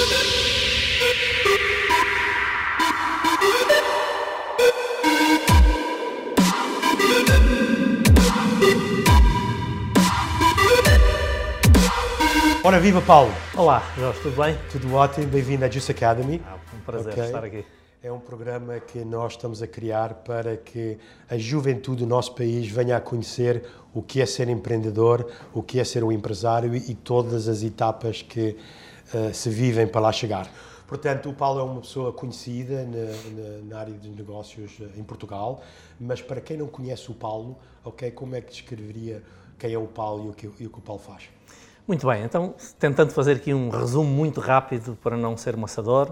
Ora, viva Paulo! Olá, Jorge, tudo bem? Tudo ótimo, bem-vindo à Juice Academy. Um prazer estar aqui. É um programa que nós estamos a criar para que a juventude do nosso país venha a conhecer o que é ser empreendedor, o que é ser um empresário e todas as etapas que se vivem para lá chegar. Portanto, o Paulo é uma pessoa conhecida na área de negócios em Portugal, mas para quem não conhece o Paulo, como é que descreveria quem é o Paulo e o que o Paulo faz? Muito bem, então, tentando fazer aqui um resumo muito rápido para não ser maçador,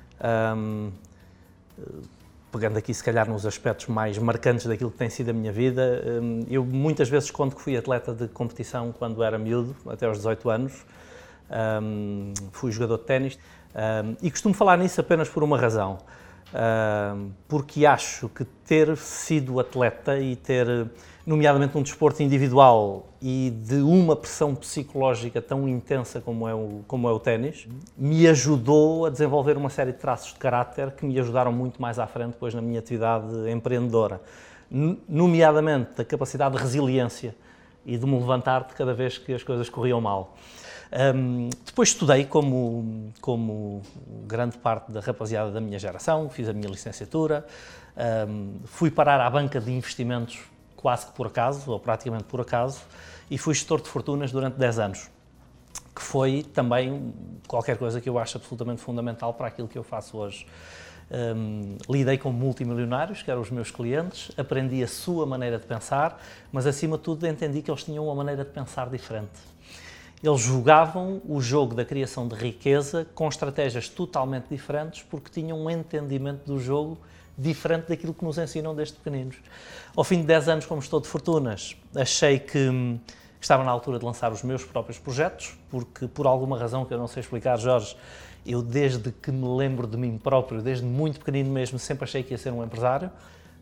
pegando aqui se calhar nos aspectos mais marcantes daquilo que tem sido a minha vida, eu muitas vezes conto que fui atleta de competição quando era miúdo, até aos 18 anos, fui jogador de ténis, e costumo falar nisso apenas por uma razão, porque acho que ter sido atleta e ter, nomeadamente num desporto individual e de uma pressão psicológica tão intensa como é o ténis, me ajudou a desenvolver uma série de traços de caráter que me ajudaram muito mais à frente depois na minha atividade empreendedora, nomeadamente a capacidade de resiliência e de me levantar de cada vez que as coisas corriam mal. Depois estudei como grande parte da rapaziada da minha geração, fiz a minha licenciatura, fui parar à banca de investimentos quase que por acaso, ou praticamente por acaso, e fui gestor de fortunas durante 10 anos, que foi também qualquer coisa que eu acho absolutamente fundamental para aquilo que eu faço hoje. Lidei com multimilionários, que eram os meus clientes, aprendi a sua maneira de pensar, mas acima de tudo entendi que eles tinham uma maneira de pensar diferente. Eles jogavam o jogo da criação de riqueza com estratégias totalmente diferentes porque tinham um entendimento do jogo diferente daquilo que nos ensinam desde pequeninos. Ao fim de 10 anos como gestor de fortunas, achei que estava na altura de lançar os meus próprios projetos, porque por alguma razão que eu não sei explicar, Jorge, eu desde que me lembro de mim próprio, desde muito pequenino mesmo, sempre achei que ia ser um empresário.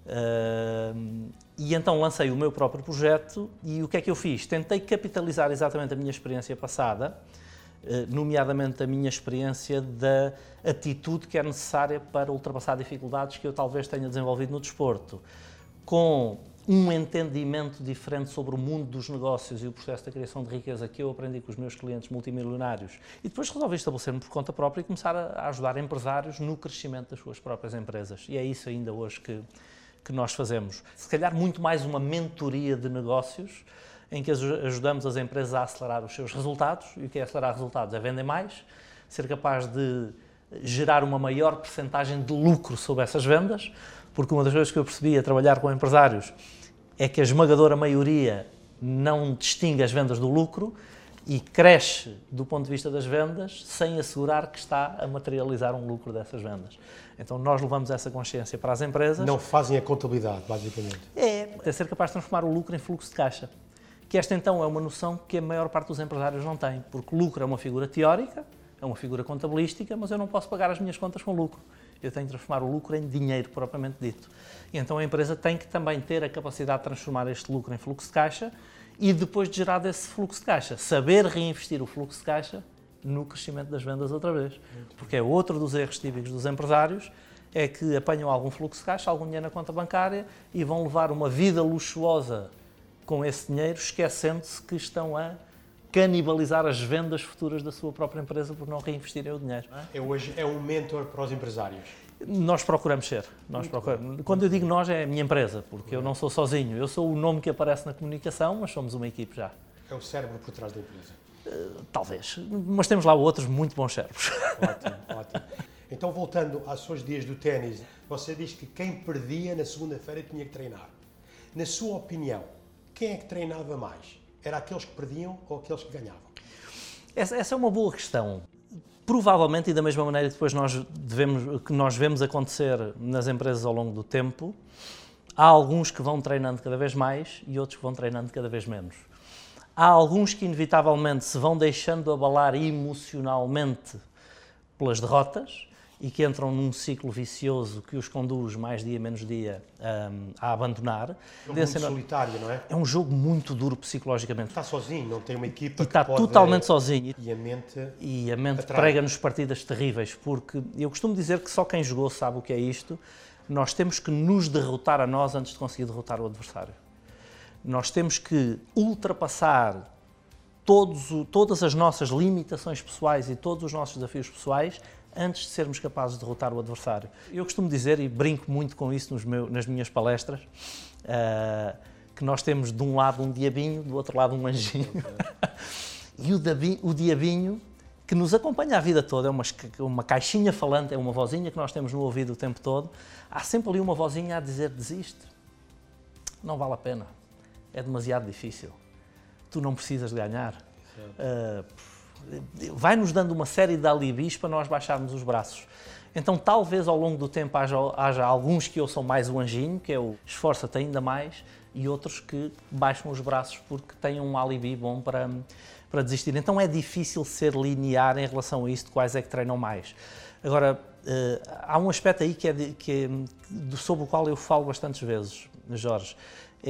E então lancei o meu próprio projeto e o que é que eu fiz? Tentei capitalizar exatamente a minha experiência passada, nomeadamente a minha experiência da atitude que é necessária para ultrapassar dificuldades que eu talvez tenha desenvolvido no desporto, com um entendimento diferente sobre o mundo dos negócios e o processo da criação de riqueza que eu aprendi com os meus clientes multimilionários e depois resolvi estabelecer-me por conta própria e começar a ajudar empresários no crescimento das suas próprias empresas. E é isso ainda hoje que nós fazemos. Se calhar muito mais uma mentoria de negócios em que ajudamos as empresas a acelerar os seus resultados, e o que é acelerar resultados? É vender mais, ser capaz de gerar uma maior percentagem de lucro sobre essas vendas, porque uma das coisas que eu percebi a trabalhar com empresários é que a esmagadora maioria não distingue as vendas do lucro e cresce do ponto de vista das vendas sem assegurar que está a materializar um lucro dessas vendas. Então nós levamos essa consciência para as empresas. Não fazem a contabilidade, basicamente. É ser capaz de transformar o lucro em fluxo de caixa. Que esta então é uma noção que a maior parte dos empresários não tem, porque lucro é uma figura teórica, é uma figura contabilística, mas eu não posso pagar as minhas contas com lucro. Eu tenho que transformar o lucro em dinheiro propriamente dito. E então a empresa tem que também ter a capacidade de transformar este lucro em fluxo de caixa e depois de gerar desse fluxo de caixa, saber reinvestir o fluxo de caixa no crescimento das vendas outra vez. Porque é outro dos erros típicos dos empresários, é que apanham algum fluxo de caixa, algum dinheiro na conta bancária e vão levar uma vida luxuosa com esse dinheiro, esquecendo-se que estão a canibalizar as vendas futuras da sua própria empresa por não reinvestirem o dinheiro. Hoje é um mentor para os empresários. Nós procuramos ser. Quando eu digo nós, é a minha empresa, porque eu não sou sozinho. Eu sou o nome que aparece na comunicação, mas somos uma equipe já. É o cérebro por trás da empresa. Talvez. Mas temos lá outros muito bons cérebros. Ótimo. Então, voltando aos seus dias do ténis, você diz que quem perdia na segunda-feira tinha que treinar. Na sua opinião, quem é que treinava mais? Era aqueles que perdiam ou aqueles que ganhavam? Essa é uma boa questão. Provavelmente, e da mesma maneira que depois nós vemos acontecer nas empresas ao longo do tempo, há alguns que vão treinando cada vez mais e outros que vão treinando cada vez menos. Há alguns que inevitavelmente se vão deixando abalar emocionalmente pelas derrotas e que entram num ciclo vicioso que os conduz mais dia menos dia a abandonar. É muito solitário, não é? É um jogo muito duro psicologicamente. Está sozinho, não tem uma equipa e está que pode... totalmente sozinho. E a mente prega-nos partidas terríveis, porque eu costumo dizer que só quem jogou sabe o que é isto. Nós temos que nos derrotar a nós antes de conseguir derrotar o adversário. Nós temos que ultrapassar todas as nossas limitações pessoais e todos os nossos desafios pessoais antes de sermos capazes de derrotar o adversário. Eu costumo dizer, e brinco muito com isso nas minhas palestras, que nós temos de um lado um diabinho, do outro lado um anjinho. E o diabinho, que nos acompanha a vida toda, é uma caixinha falante, é uma vozinha que nós temos no ouvido o tempo todo. Há sempre ali uma vozinha a dizer: desiste, não vale a pena, é demasiado difícil, tu não precisas de ganhar. Vai-nos dando uma série de alibis para nós baixarmos os braços. Então talvez ao longo do tempo haja alguns que ouçam mais o anjinho, que é o esforça-te ainda mais, e outros que baixam os braços porque têm um alibi bom para desistir. Então é difícil ser linear em relação a isso, de quais é que treinam mais. Agora, há um aspecto aí sobre o qual eu falo bastantes vezes, Jorge,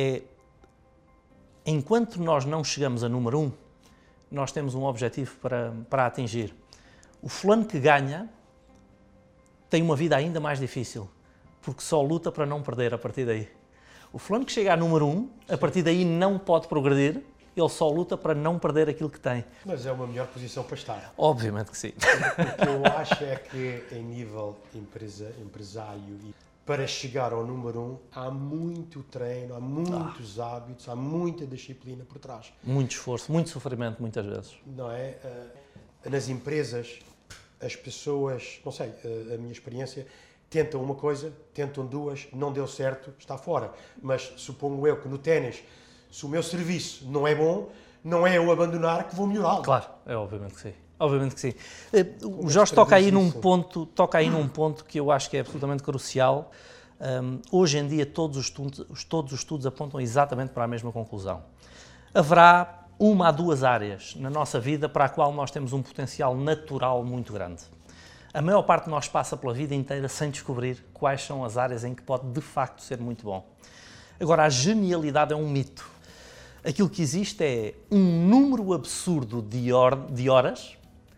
enquanto nós não chegamos a número 1, nós temos um objetivo para atingir. O fulano que ganha tem uma vida ainda mais difícil, porque só luta para não perder a partir daí. O fulano que chega a número 1, a partir daí não pode progredir, ele só luta para não perder aquilo que tem. Mas é uma melhor posição para estar. Obviamente que sim. O que eu acho é que, em nível empresário, para chegar ao número 1, há muito treino, há muitos hábitos, há muita disciplina por trás. Muito esforço, muito sofrimento, muitas vezes. Não é? Nas empresas, as pessoas, não sei, a minha experiência, tentam uma coisa, tentam duas, não deu certo, está fora. Mas suponho eu que no ténis, se o meu serviço não é bom, não é eu abandonar que vou melhorá-lo. Claro, é obviamente que sim. Obviamente que sim. O Jorge toca aí num ponto que eu acho que é absolutamente crucial. Hoje em dia todos os estudos apontam exatamente para a mesma conclusão. Haverá uma a duas áreas na nossa vida para a qual nós temos um potencial natural muito grande. A maior parte de nós passa pela vida inteira sem descobrir quais são as áreas em que pode de facto ser muito bom. Agora, a genialidade é um mito. Aquilo que existe é um número absurdo de horas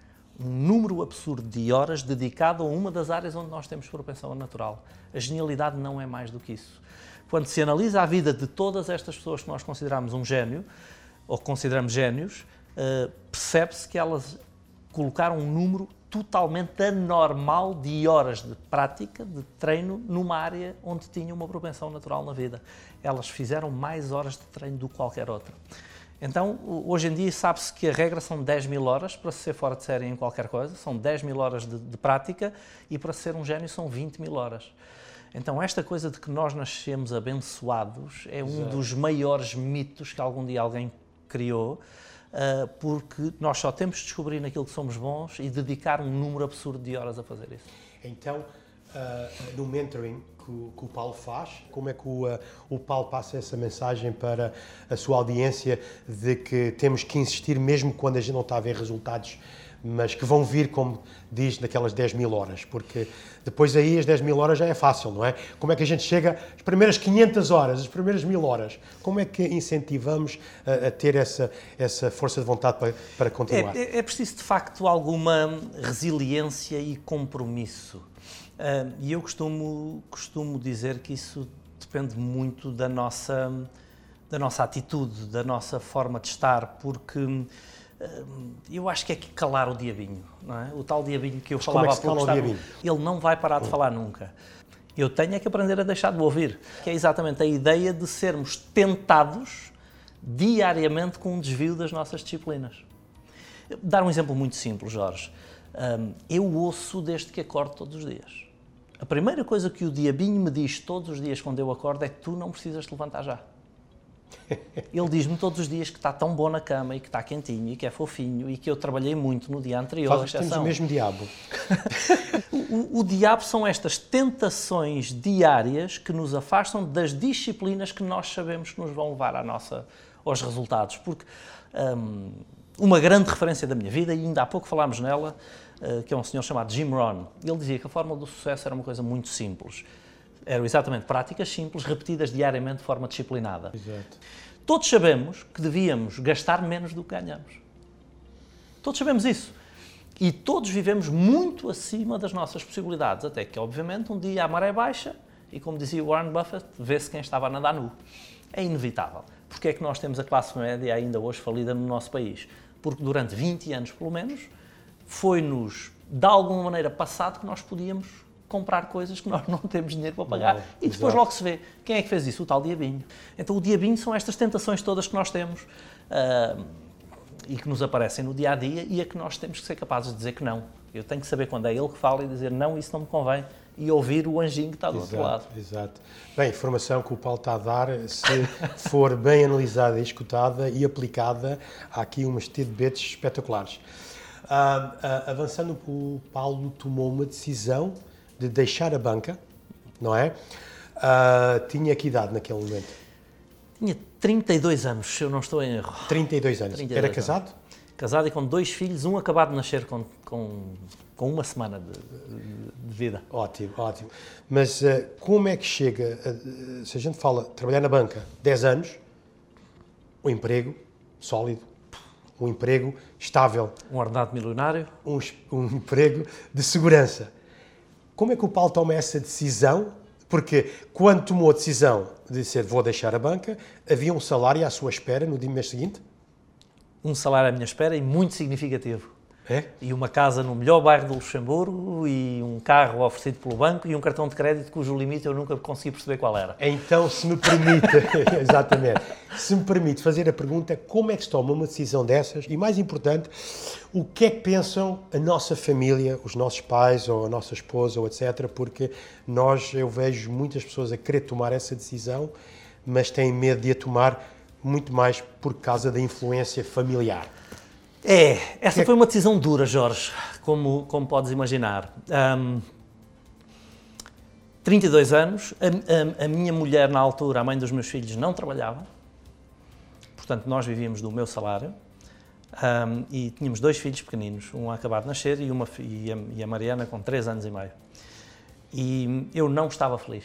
dedicado a uma das áreas onde nós temos propensão natural. A genialidade não é mais do que isso. Quando se analisa a vida de todas estas pessoas que nós consideramos um gênio, ou que consideramos génios, percebe-se que elas colocaram um número totalmente anormal de horas de prática, de treino, numa área onde tinham uma propensão natural na vida. Elas fizeram mais horas de treino do que qualquer outra. Então, hoje em dia, sabe-se que a regra são 10.000 horas para ser fora de série em qualquer coisa, são 10.000 horas de prática, e para ser um gênio são 20.000 horas. Então, esta coisa de que nós nascemos abençoados é um dos maiores mitos que algum dia alguém criou, porque nós só temos de descobrir naquilo que somos bons e dedicar um número absurdo de horas a fazer isso. Então, no mentoring que o Paulo faz, como é que o Paulo passa essa mensagem para a sua audiência de que temos que insistir mesmo quando a gente não está a ver resultados, mas que vão vir, como diz, naquelas 10.000 horas, porque depois aí as 10.000 horas já é fácil, não é? Como é que a gente chega às primeiras 500 horas, as primeiras 1.000 horas? Como é que incentivamos a ter essa força de vontade para continuar? É preciso, de facto, alguma resiliência e compromisso. E eu costumo dizer que isso depende muito da nossa atitude, da nossa forma de estar, porque eu acho que é que calar o diabinho, não é? O tal diabinho que eu falava há pouco, ele não vai parar de falar nunca. Eu tenho é que aprender a deixar de ouvir, que é exatamente a ideia de sermos tentados diariamente com um desvio das nossas disciplinas. Dar um exemplo muito simples, Jorge. Eu ouço desde que acordo todos os dias. A primeira coisa que o diabinho me diz todos os dias quando eu acordo é que tu não precisas te levantar já. Ele diz-me todos os dias que está tão bom na cama e que está quentinho e que é fofinho e que eu trabalhei muito no dia anterior. Temos o mesmo diabo. O diabo são estas tentações diárias que nos afastam das disciplinas que nós sabemos que nos vão levar aos resultados. Porque uma grande referência da minha vida, e ainda há pouco falámos nela, que é um senhor chamado Jim Rohn. Ele dizia que a fórmula do sucesso era uma coisa muito simples. Eram exatamente práticas simples, repetidas diariamente de forma disciplinada. Exato. Todos sabemos que devíamos gastar menos do que ganhamos. Todos sabemos isso. E todos vivemos muito acima das nossas possibilidades, até que, obviamente, um dia a maré baixa e, como dizia Warren Buffett, vê-se quem estava a nadar nu. É inevitável. Porque é que nós temos a classe média ainda hoje falida no nosso país? Porque durante 20 anos, pelo menos, foi-nos, de alguma maneira, passado que nós podíamos comprar coisas que nós não temos dinheiro para pagar. Não, e depois exato. logo se vê. Quem é que fez isso? O tal diabinho. Então o diabinho são estas tentações todas que nós temos e que nos aparecem no dia-a-dia e a que nós temos que ser capazes de dizer que não. Eu tenho que saber quando é ele que fala e dizer não, isso não me convém, e ouvir o anjinho que está do outro lado. Exato. Bem, a informação que o Paulo está a dar, se for bem analisada e escutada e aplicada, há aqui umas tidbits espetaculares. Avançando, o Paulo tomou uma decisão de deixar a banca, não é? Tinha que idade naquele momento? Tinha 32 anos, se eu não estou em erro. 32 anos. 32 Era anos. casado? Casado e com 2 filhos, um acabado de nascer com uma semana de vida. Ótimo, ótimo. Mas como é que chega, se a gente fala, trabalhar na banca 10 anos, um emprego sólido, um emprego estável, Um ordenado milionário. um emprego de segurança. Como é que o Paulo toma essa decisão? Porque quando tomou a decisão de dizer vou deixar a banca, havia um salário à sua espera no dia mês seguinte? Um salário à minha espera e muito significativo. É? E uma casa no melhor bairro do Luxemburgo e um carro oferecido pelo banco e um cartão de crédito cujo limite eu nunca consegui perceber qual era. Então, se me permite, exatamente, se me permite fazer a pergunta, como é que se toma uma decisão dessas? E mais importante, o que é que pensam a nossa família, os nossos pais ou a nossa esposa ou etc. Porque eu vejo muitas pessoas a querer tomar essa decisão, mas têm medo de a tomar muito mais por causa da influência familiar. Essa foi uma decisão dura, Jorge, como podes imaginar. 32 anos, a minha mulher na altura, a mãe dos meus filhos, não trabalhava, portanto nós vivíamos do meu salário e tínhamos 2 filhos pequeninos, um a acabar de nascer e a Mariana com 3 anos e meio. E eu não estava feliz.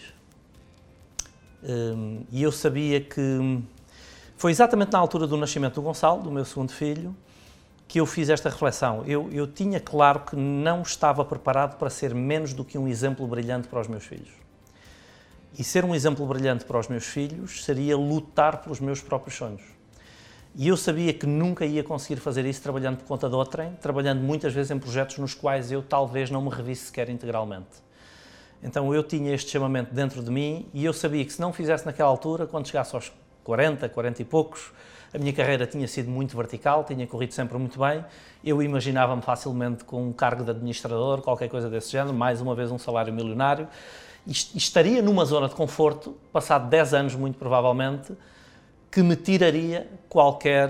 E eu sabia que foi exatamente na altura do nascimento do Gonçalo, do meu segundo filho, que eu fiz esta reflexão. Eu tinha claro que não estava preparado para ser menos do que um exemplo brilhante para os meus filhos. E ser um exemplo brilhante para os meus filhos seria lutar pelos meus próprios sonhos. E eu sabia que nunca ia conseguir fazer isso trabalhando por conta de outrem, trabalhando muitas vezes em projetos nos quais eu talvez não me revisse sequer integralmente. Então eu tinha este chamamento dentro de mim e eu sabia que se não fizesse naquela altura, quando chegasse aos 40 e poucos, a minha carreira tinha sido muito vertical, tinha corrido sempre muito bem, eu imaginava-me facilmente com um cargo de administrador, qualquer coisa desse género, mais uma vez um salário milionário, e estaria numa zona de conforto, passado 10 anos muito provavelmente, que me tiraria qualquer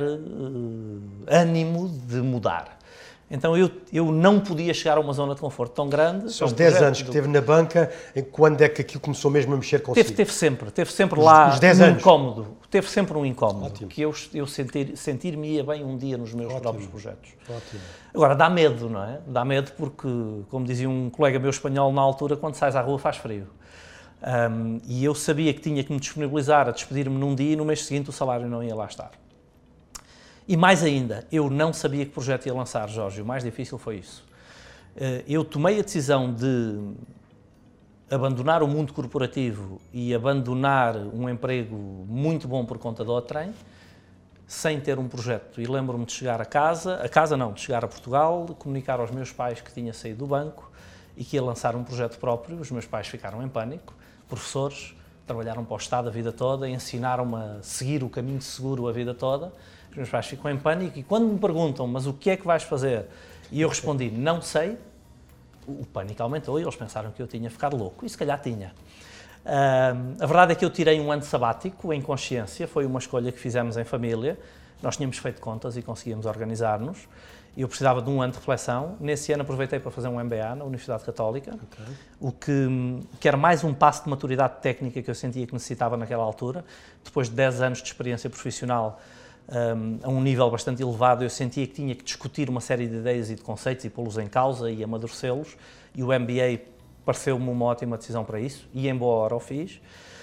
ânimo de mudar. Então eu não podia chegar a uma zona de conforto tão grande. São os 10 anos que teve na banca, quando é que aquilo começou mesmo a mexer consigo? Teve sempre lá os 10 um anos. incómodo. Teve sempre um incómodo. Ótimo. Que eu sentir-me-ia bem um dia nos meus Ótimo. próprios projetos. Ótimo. Agora, dá medo, não é? Dá medo porque, como dizia um colega meu espanhol na altura, quando sais à rua faz frio. E eu sabia que tinha que me disponibilizar a despedir-me num dia e no mês seguinte o salário não ia lá estar. E mais ainda, eu não sabia que projeto ia lançar, Jorge, o mais difícil foi isso. Eu tomei a decisão de abandonar o mundo corporativo e abandonar um emprego muito bom por conta do outrem, sem ter um projeto. E lembro-me de chegar de chegar a Portugal, de comunicar aos meus pais que tinha saído do banco e que ia lançar um projeto próprio. Os meus pais ficaram em pânico, professores, trabalharam para o Estado a vida toda, ensinaram-me a seguir o caminho seguro a vida toda. Os meus pais ficam em pânico e quando me perguntam, mas o que é que vais fazer? E eu respondi, não sei, o pânico aumentou e eles pensaram que eu tinha ficado louco, e se calhar tinha. A verdade é que eu tirei um ano sabático em consciência, foi uma escolha que fizemos em família, nós tínhamos feito contas e conseguíamos organizar-nos, e eu precisava de um ano de reflexão. Nesse ano aproveitei para fazer um MBA na Universidade Católica, o que era mais um passo de maturidade técnica que eu sentia que necessitava naquela altura. Depois de 10 anos de experiência profissional, a um nível bastante elevado. Eu sentia que tinha que discutir uma série de ideias e de conceitos e pô-los em causa e amadurecê-los, e o MBA pareceu-me uma ótima decisão para isso, e em boa hora o fiz.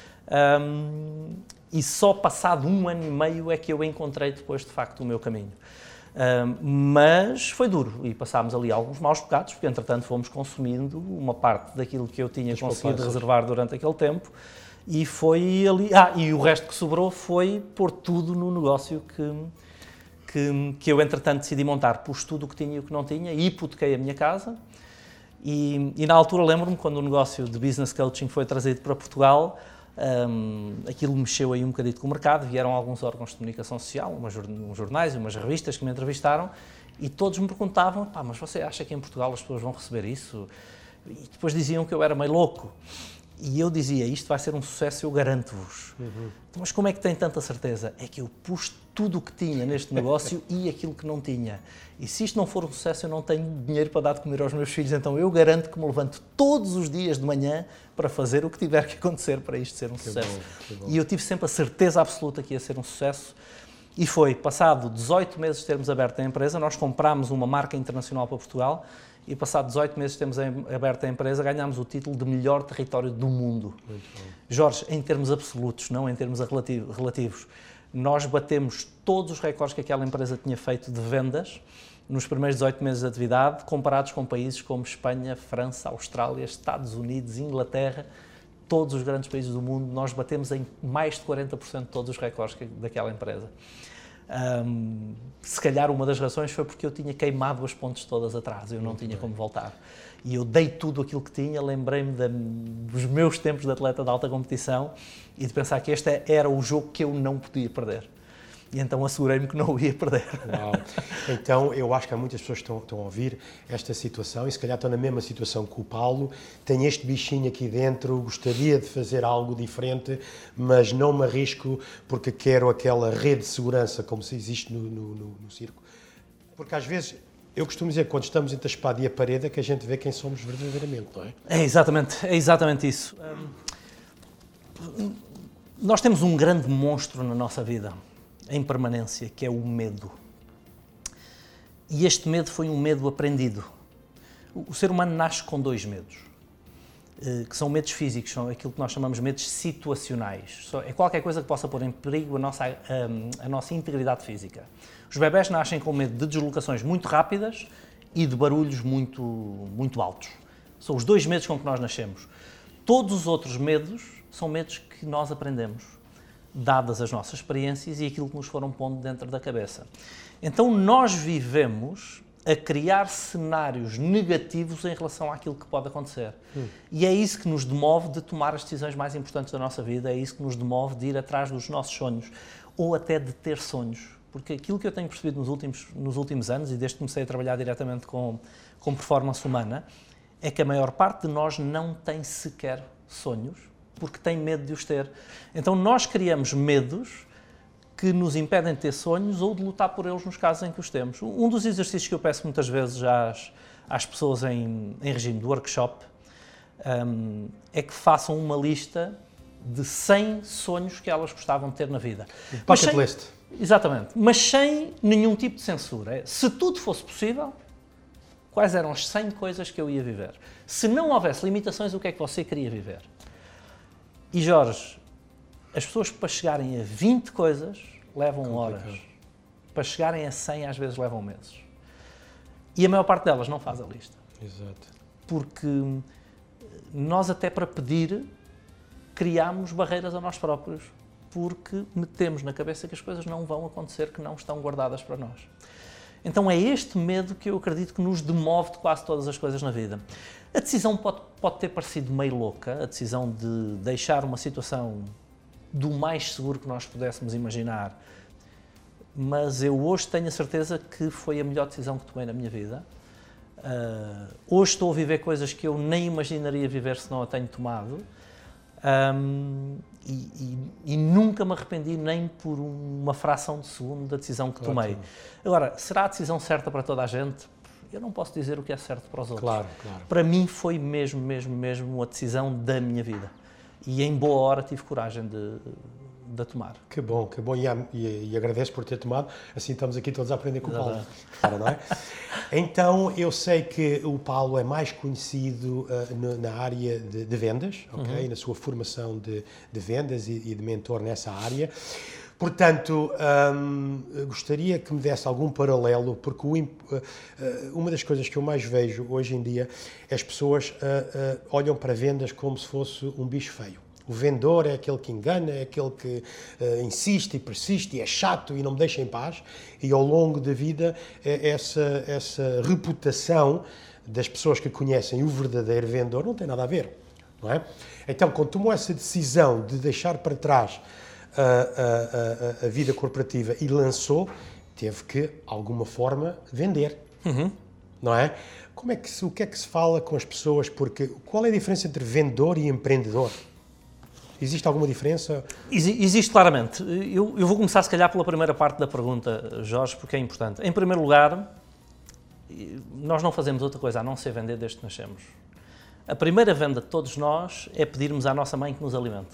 E só passado 1 ano e meio é que eu encontrei depois, de facto, o meu caminho. Mas foi duro, e passámos ali alguns maus bocados, porque entretanto fomos consumindo uma parte daquilo que eu tinha conseguido reservar durante aquele tempo, e foi ali... e o resto que sobrou foi pôr tudo no negócio que eu entretanto decidi montar. Pus tudo o que tinha e o que não tinha, e hipotequei a minha casa, e na altura lembro-me, quando o negócio de business coaching foi trazido para Portugal, aquilo mexeu aí um bocadinho com o mercado, vieram alguns órgãos de comunicação social, uns jornais e umas revistas que me entrevistaram, e todos me perguntavam, mas você acha que em Portugal as pessoas vão receber isso? E depois diziam que eu era meio louco. E eu dizia, isto vai ser um sucesso, eu garanto-vos. Mas como é que tem tanta certeza? É que eu pus tudo o que tinha neste negócio e aquilo que não tinha. E se isto não for um sucesso, eu não tenho dinheiro para dar de comer aos meus filhos, então eu garanto que me levanto todos os dias de manhã para fazer o que tiver que acontecer para isto ser um sucesso. Bom. E eu tive sempre a certeza absoluta que ia ser um sucesso. E foi, passado 18 meses de termos aberto a empresa, nós comprámos uma marca internacional para Portugal, e passado 18 meses de termos aberto a empresa, ganhámos o título de melhor território do mundo. Jorge, em termos absolutos, não em termos relativos, nós batemos todos os recordes que aquela empresa tinha feito de vendas nos primeiros 18 meses de atividade, comparados com países como Espanha, França, Austrália, Estados Unidos, Inglaterra, todos os grandes países do mundo. Nós batemos em mais de 40% de todos os recordes daquela empresa. Se calhar uma das razões foi porque eu tinha queimado as pontes todas atrás, eu não tinha como voltar. E eu dei tudo aquilo que tinha, lembrei-me dos meus tempos de atleta de alta competição e de pensar que este era o jogo que eu não podia perder. E então assegurei-me que não o ia perder. Uau. Então, eu acho que há muitas pessoas que estão a ouvir esta situação e se calhar estão na mesma situação que o Paulo. Tem este bichinho aqui dentro, gostaria de fazer algo diferente, mas não me arrisco porque quero aquela rede de segurança como se existe no circo. Porque às vezes, eu costumo dizer que quando estamos entre a espada e a parede é que a gente vê quem somos verdadeiramente, não é? É exatamente isso. Nós temos um grande monstro na nossa vida, em permanência, que é o medo. E este medo foi um medo aprendido. O ser humano nasce com 2 medos, que são medos físicos, são aquilo que nós chamamos de medos situacionais. É qualquer coisa que possa pôr em perigo a nossa integridade física. Os bebés nascem com medo de deslocações muito rápidas e de barulhos muito altos. São os 2 medos com que nós nascemos. Todos os outros medos são medos que nós aprendemos, dadas as nossas experiências e aquilo que nos foram pondo dentro da cabeça. Então nós vivemos a criar cenários negativos em relação àquilo que pode acontecer. E é isso que nos demove de tomar as decisões mais importantes da nossa vida, é isso que nos demove de ir atrás dos nossos sonhos, ou até de ter sonhos. Porque aquilo que eu tenho percebido nos últimos anos, e desde que comecei a trabalhar diretamente com performance humana, é que a maior parte de nós não tem sequer sonhos, porque tem medo de os ter. Então nós criamos medos que nos impedem de ter sonhos ou de lutar por eles nos casos em que os temos. Um dos exercícios que eu peço muitas vezes às pessoas em regime de workshop é que façam uma lista de 100 sonhos que elas gostavam de ter na vida. Bucket list. Exatamente, mas sem nenhum tipo de censura. Se tudo fosse possível, quais eram as 100 coisas que eu ia viver? Se não houvesse limitações, o que é que você queria viver? E Jorge, as pessoas para chegarem a 20 coisas levam horas. Para chegarem a 100 às vezes levam meses. E a maior parte delas não faz a lista. Exato. Porque nós até para pedir criamos barreiras a nós próprios. Porque metemos na cabeça que as coisas não vão acontecer, que não estão guardadas para nós. Então é este medo que eu acredito que nos demove de quase todas as coisas na vida. A decisão pode ter parecido meio louca, a decisão de deixar uma situação do mais seguro que nós pudéssemos imaginar, mas eu hoje tenho a certeza que foi a melhor decisão que tomei na minha vida. Hoje estou a viver coisas que eu nem imaginaria viver se não a tenho tomado. E nunca me arrependi nem por uma fração de segundo da decisão que tomei. Agora, será a decisão certa para toda a gente? Eu não posso dizer o que é certo para os outros. Claro. Para mim foi mesmo a decisão da minha vida. E em boa hora tive coragem de a tomar. Que bom, e agradeço por ter tomado, assim estamos aqui todos a aprender com o Paulo, não é? Então, eu sei que o Paulo é mais conhecido na área de vendas, ok? Na sua formação de vendas e de mentor nessa área. Portanto, gostaria que me desse algum paralelo, porque uma das coisas que eu mais vejo hoje em dia é as pessoas olham para vendas como se fosse um bicho feio. O vendedor é aquele que engana, é aquele que insiste e persiste e é chato e não me deixa em paz. E ao longo da vida, essa reputação das pessoas que conhecem o verdadeiro vendedor não tem nada a ver, não é? Então, quando tomou essa decisão de deixar para trás a vida corporativa e lançou, teve que, de alguma forma, vender, não é? O que é que se fala com as pessoas? Porque qual é a diferença entre vendedor e empreendedor? Existe alguma diferença? Existe claramente. Eu vou começar, se calhar, pela primeira parte da pergunta, Jorge, porque é importante. Em primeiro lugar, nós não fazemos outra coisa a não ser vender desde que nascemos. A primeira venda de todos nós é pedirmos à nossa mãe que nos alimente.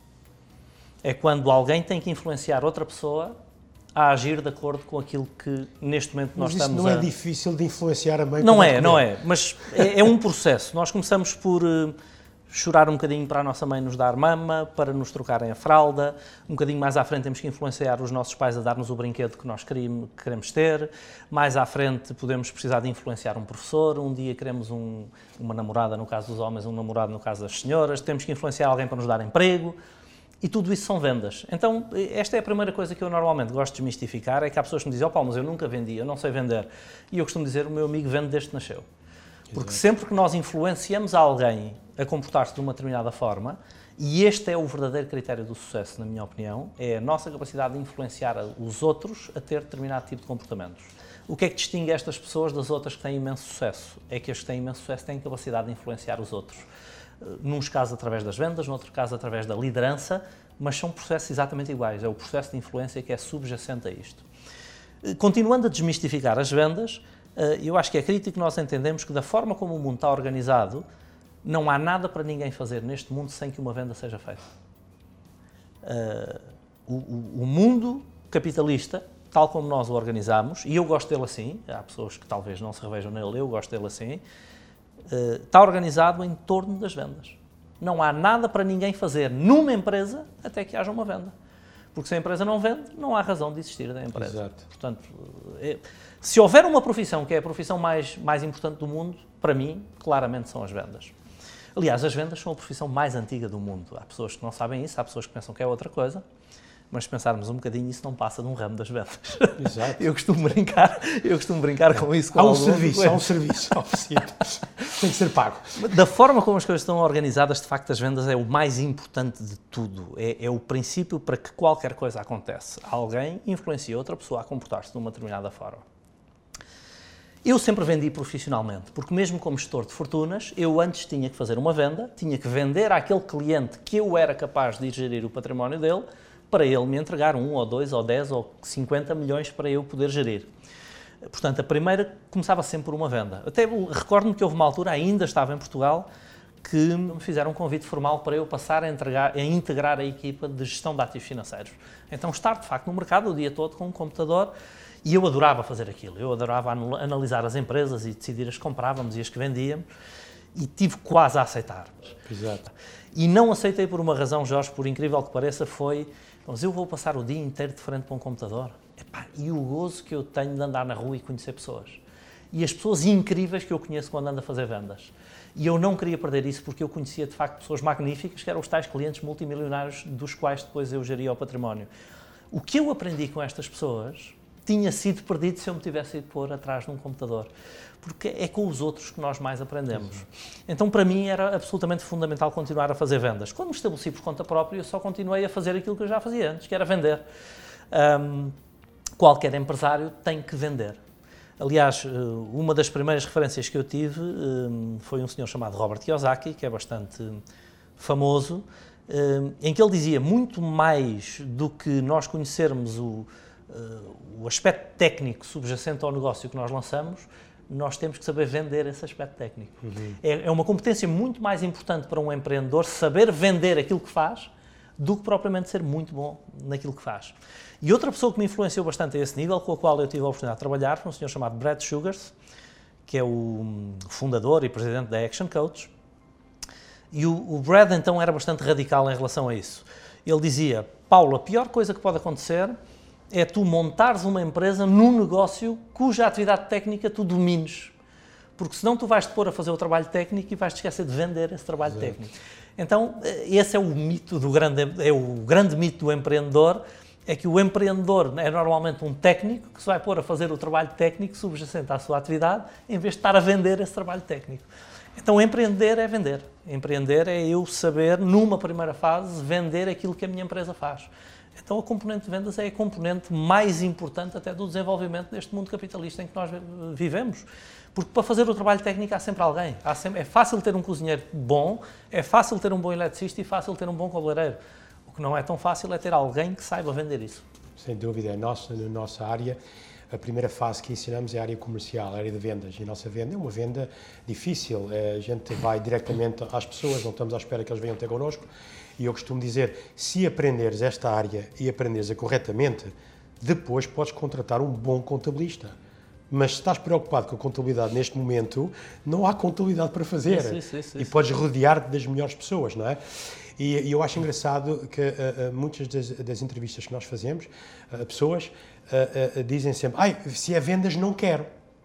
É quando alguém tem que influenciar outra pessoa a agir de acordo com aquilo que neste momento nós estamos a... Mas isso não é difícil de influenciar a mãe? Não é, mas é um processo. Nós começamos por chorar um bocadinho para a nossa mãe nos dar mama, para nos trocarem a fralda, um bocadinho mais à frente temos que influenciar os nossos pais a dar-nos o brinquedo que nós queremos ter, mais à frente podemos precisar de influenciar um professor, um dia queremos uma namorada no caso dos homens, um namorado no caso das senhoras, temos que influenciar alguém para nos dar emprego. E tudo isso são vendas. Então, esta é a primeira coisa que eu normalmente gosto de desmistificar, é que há pessoas que me dizem, Paulo, mas eu nunca vendi, eu não sei vender. E eu costumo dizer, o meu amigo vende desde que nasceu. Porque sempre que nós influenciamos alguém a comportar-se de uma determinada forma, e este é o verdadeiro critério do sucesso, na minha opinião, é a nossa capacidade de influenciar os outros a ter determinado tipo de comportamentos. O que é que distingue estas pessoas das outras que têm imenso sucesso? É que as que têm imenso sucesso têm capacidade de influenciar os outros. Num caso através das vendas, no outro caso através da liderança, mas são processos exatamente iguais. É o processo de influência que é subjacente a isto. Continuando a desmistificar as vendas, eu acho que é crítico nós entendemos que da forma como o mundo está organizado, não há nada para ninguém fazer neste mundo sem que uma venda seja feita. O mundo capitalista, tal como nós o organizamos, e eu gosto dele assim, há pessoas que talvez não se revejam nele, eu gosto dele assim, está organizado em torno das vendas. Não há nada para ninguém fazer numa empresa até que haja uma venda. Porque se a empresa não vende, não há razão de existir da empresa. Exato. Portanto, se houver uma profissão que é a profissão mais importante do mundo, para mim, claramente são as vendas. Aliás, as vendas são a profissão mais antiga do mundo. Há pessoas que não sabem isso, há pessoas que pensam que é outra coisa, mas se pensarmos um bocadinho, isso não passa de um ramo das vendas. Exato. Eu costumo brincar com isso. Há um serviço oferecido. Tem que ser pago. Da forma como as coisas estão organizadas, de facto, as vendas é o mais importante de tudo. É o princípio para que qualquer coisa acontece. Alguém influencia outra pessoa a comportar-se de uma determinada forma. Eu sempre vendi profissionalmente, porque mesmo como gestor de fortunas, eu antes tinha que fazer uma venda, tinha que vender àquele cliente que eu era capaz de gerir o património dele, para ele me entregar 1 ou 2 ou 10 ou 50 milhões para eu poder gerir. Portanto, a primeira começava sempre por uma venda. Até recordo-me que houve uma altura, ainda estava em Portugal, que me fizeram um convite formal para eu passar a integrar a equipa de gestão de ativos financeiros. Então, estar de facto no mercado o dia todo com um computador, e eu adorava fazer aquilo. Eu adorava analisar as empresas e decidir as que comprávamos e as que vendíamos, e tive quase a aceitar. Exato. E não aceitei por uma razão, Jorge, por incrível que pareça, mas eu vou passar o dia inteiro de frente para um computador. E o gozo que eu tenho de andar na rua e conhecer pessoas. E as pessoas incríveis que eu conheço quando ando a fazer vendas. E eu não queria perder isso porque eu conhecia, de facto, pessoas magníficas, que eram os tais clientes multimilionários dos quais depois eu geria o património. O que eu aprendi com estas pessoas tinha sido perdido se eu me tivesse ido pôr atrás de um computador. Porque é com os outros que nós mais aprendemos. Então, para mim, era absolutamente fundamental continuar a fazer vendas. Quando me estabeleci por conta própria, eu só continuei a fazer aquilo que eu já fazia antes, que era vender. Qualquer empresário tem que vender. Aliás, uma das primeiras referências que eu tive foi um senhor chamado Robert Kiyosaki, que é bastante famoso, em que ele dizia muito mais do que nós conhecermos o aspecto técnico subjacente ao negócio que nós lançamos, nós temos que saber vender esse aspecto técnico. É uma competência muito mais importante para um empreendedor saber vender aquilo que faz do que propriamente ser muito bom naquilo que faz. E outra pessoa que me influenciou bastante a esse nível, com a qual eu tive a oportunidade de trabalhar, foi um senhor chamado Brad Sugars, que é o fundador e presidente da Action Coach. E o Brad, então, era bastante radical em relação a isso. Ele dizia: Paulo, a pior coisa que pode acontecer é tu montares uma empresa num negócio cuja atividade técnica tu domines. Porque senão tu vais-te pôr a fazer o trabalho técnico e vais-te esquecer de vender esse trabalho técnico. Então, esse é o mito o grande mito do empreendedor, é que o empreendedor é normalmente um técnico que se vai pôr a fazer o trabalho técnico subjacente à sua atividade, em vez de estar a vender esse trabalho técnico. Então, empreender é vender. Empreender é eu saber, numa primeira fase, vender aquilo que a minha empresa faz. Então, a componente de vendas é a componente mais importante até do desenvolvimento deste mundo capitalista em que nós vivemos. Porque para fazer o trabalho técnico há sempre alguém. É fácil ter um cozinheiro bom, é fácil ter um bom eletricista e fácil ter um bom cabeleireiro. O que não é tão fácil é ter alguém que saiba vender isso. Sem dúvida. Na nossa área, a primeira fase que ensinamos é a área comercial, a área de vendas. E a nossa venda é uma venda difícil. A gente vai diretamente às pessoas, não estamos à espera que eles venham ter connosco. E eu costumo dizer, se aprenderes esta área e aprenderes-a corretamente, depois podes contratar um bom contabilista. Mas se estás preocupado com a contabilidade neste momento, não há contabilidade para fazer. Isso. E podes rodear-te das melhores pessoas, não é? E eu acho engraçado que muitas das entrevistas que nós fazemos, pessoas dizem sempre, se é vendas não quero.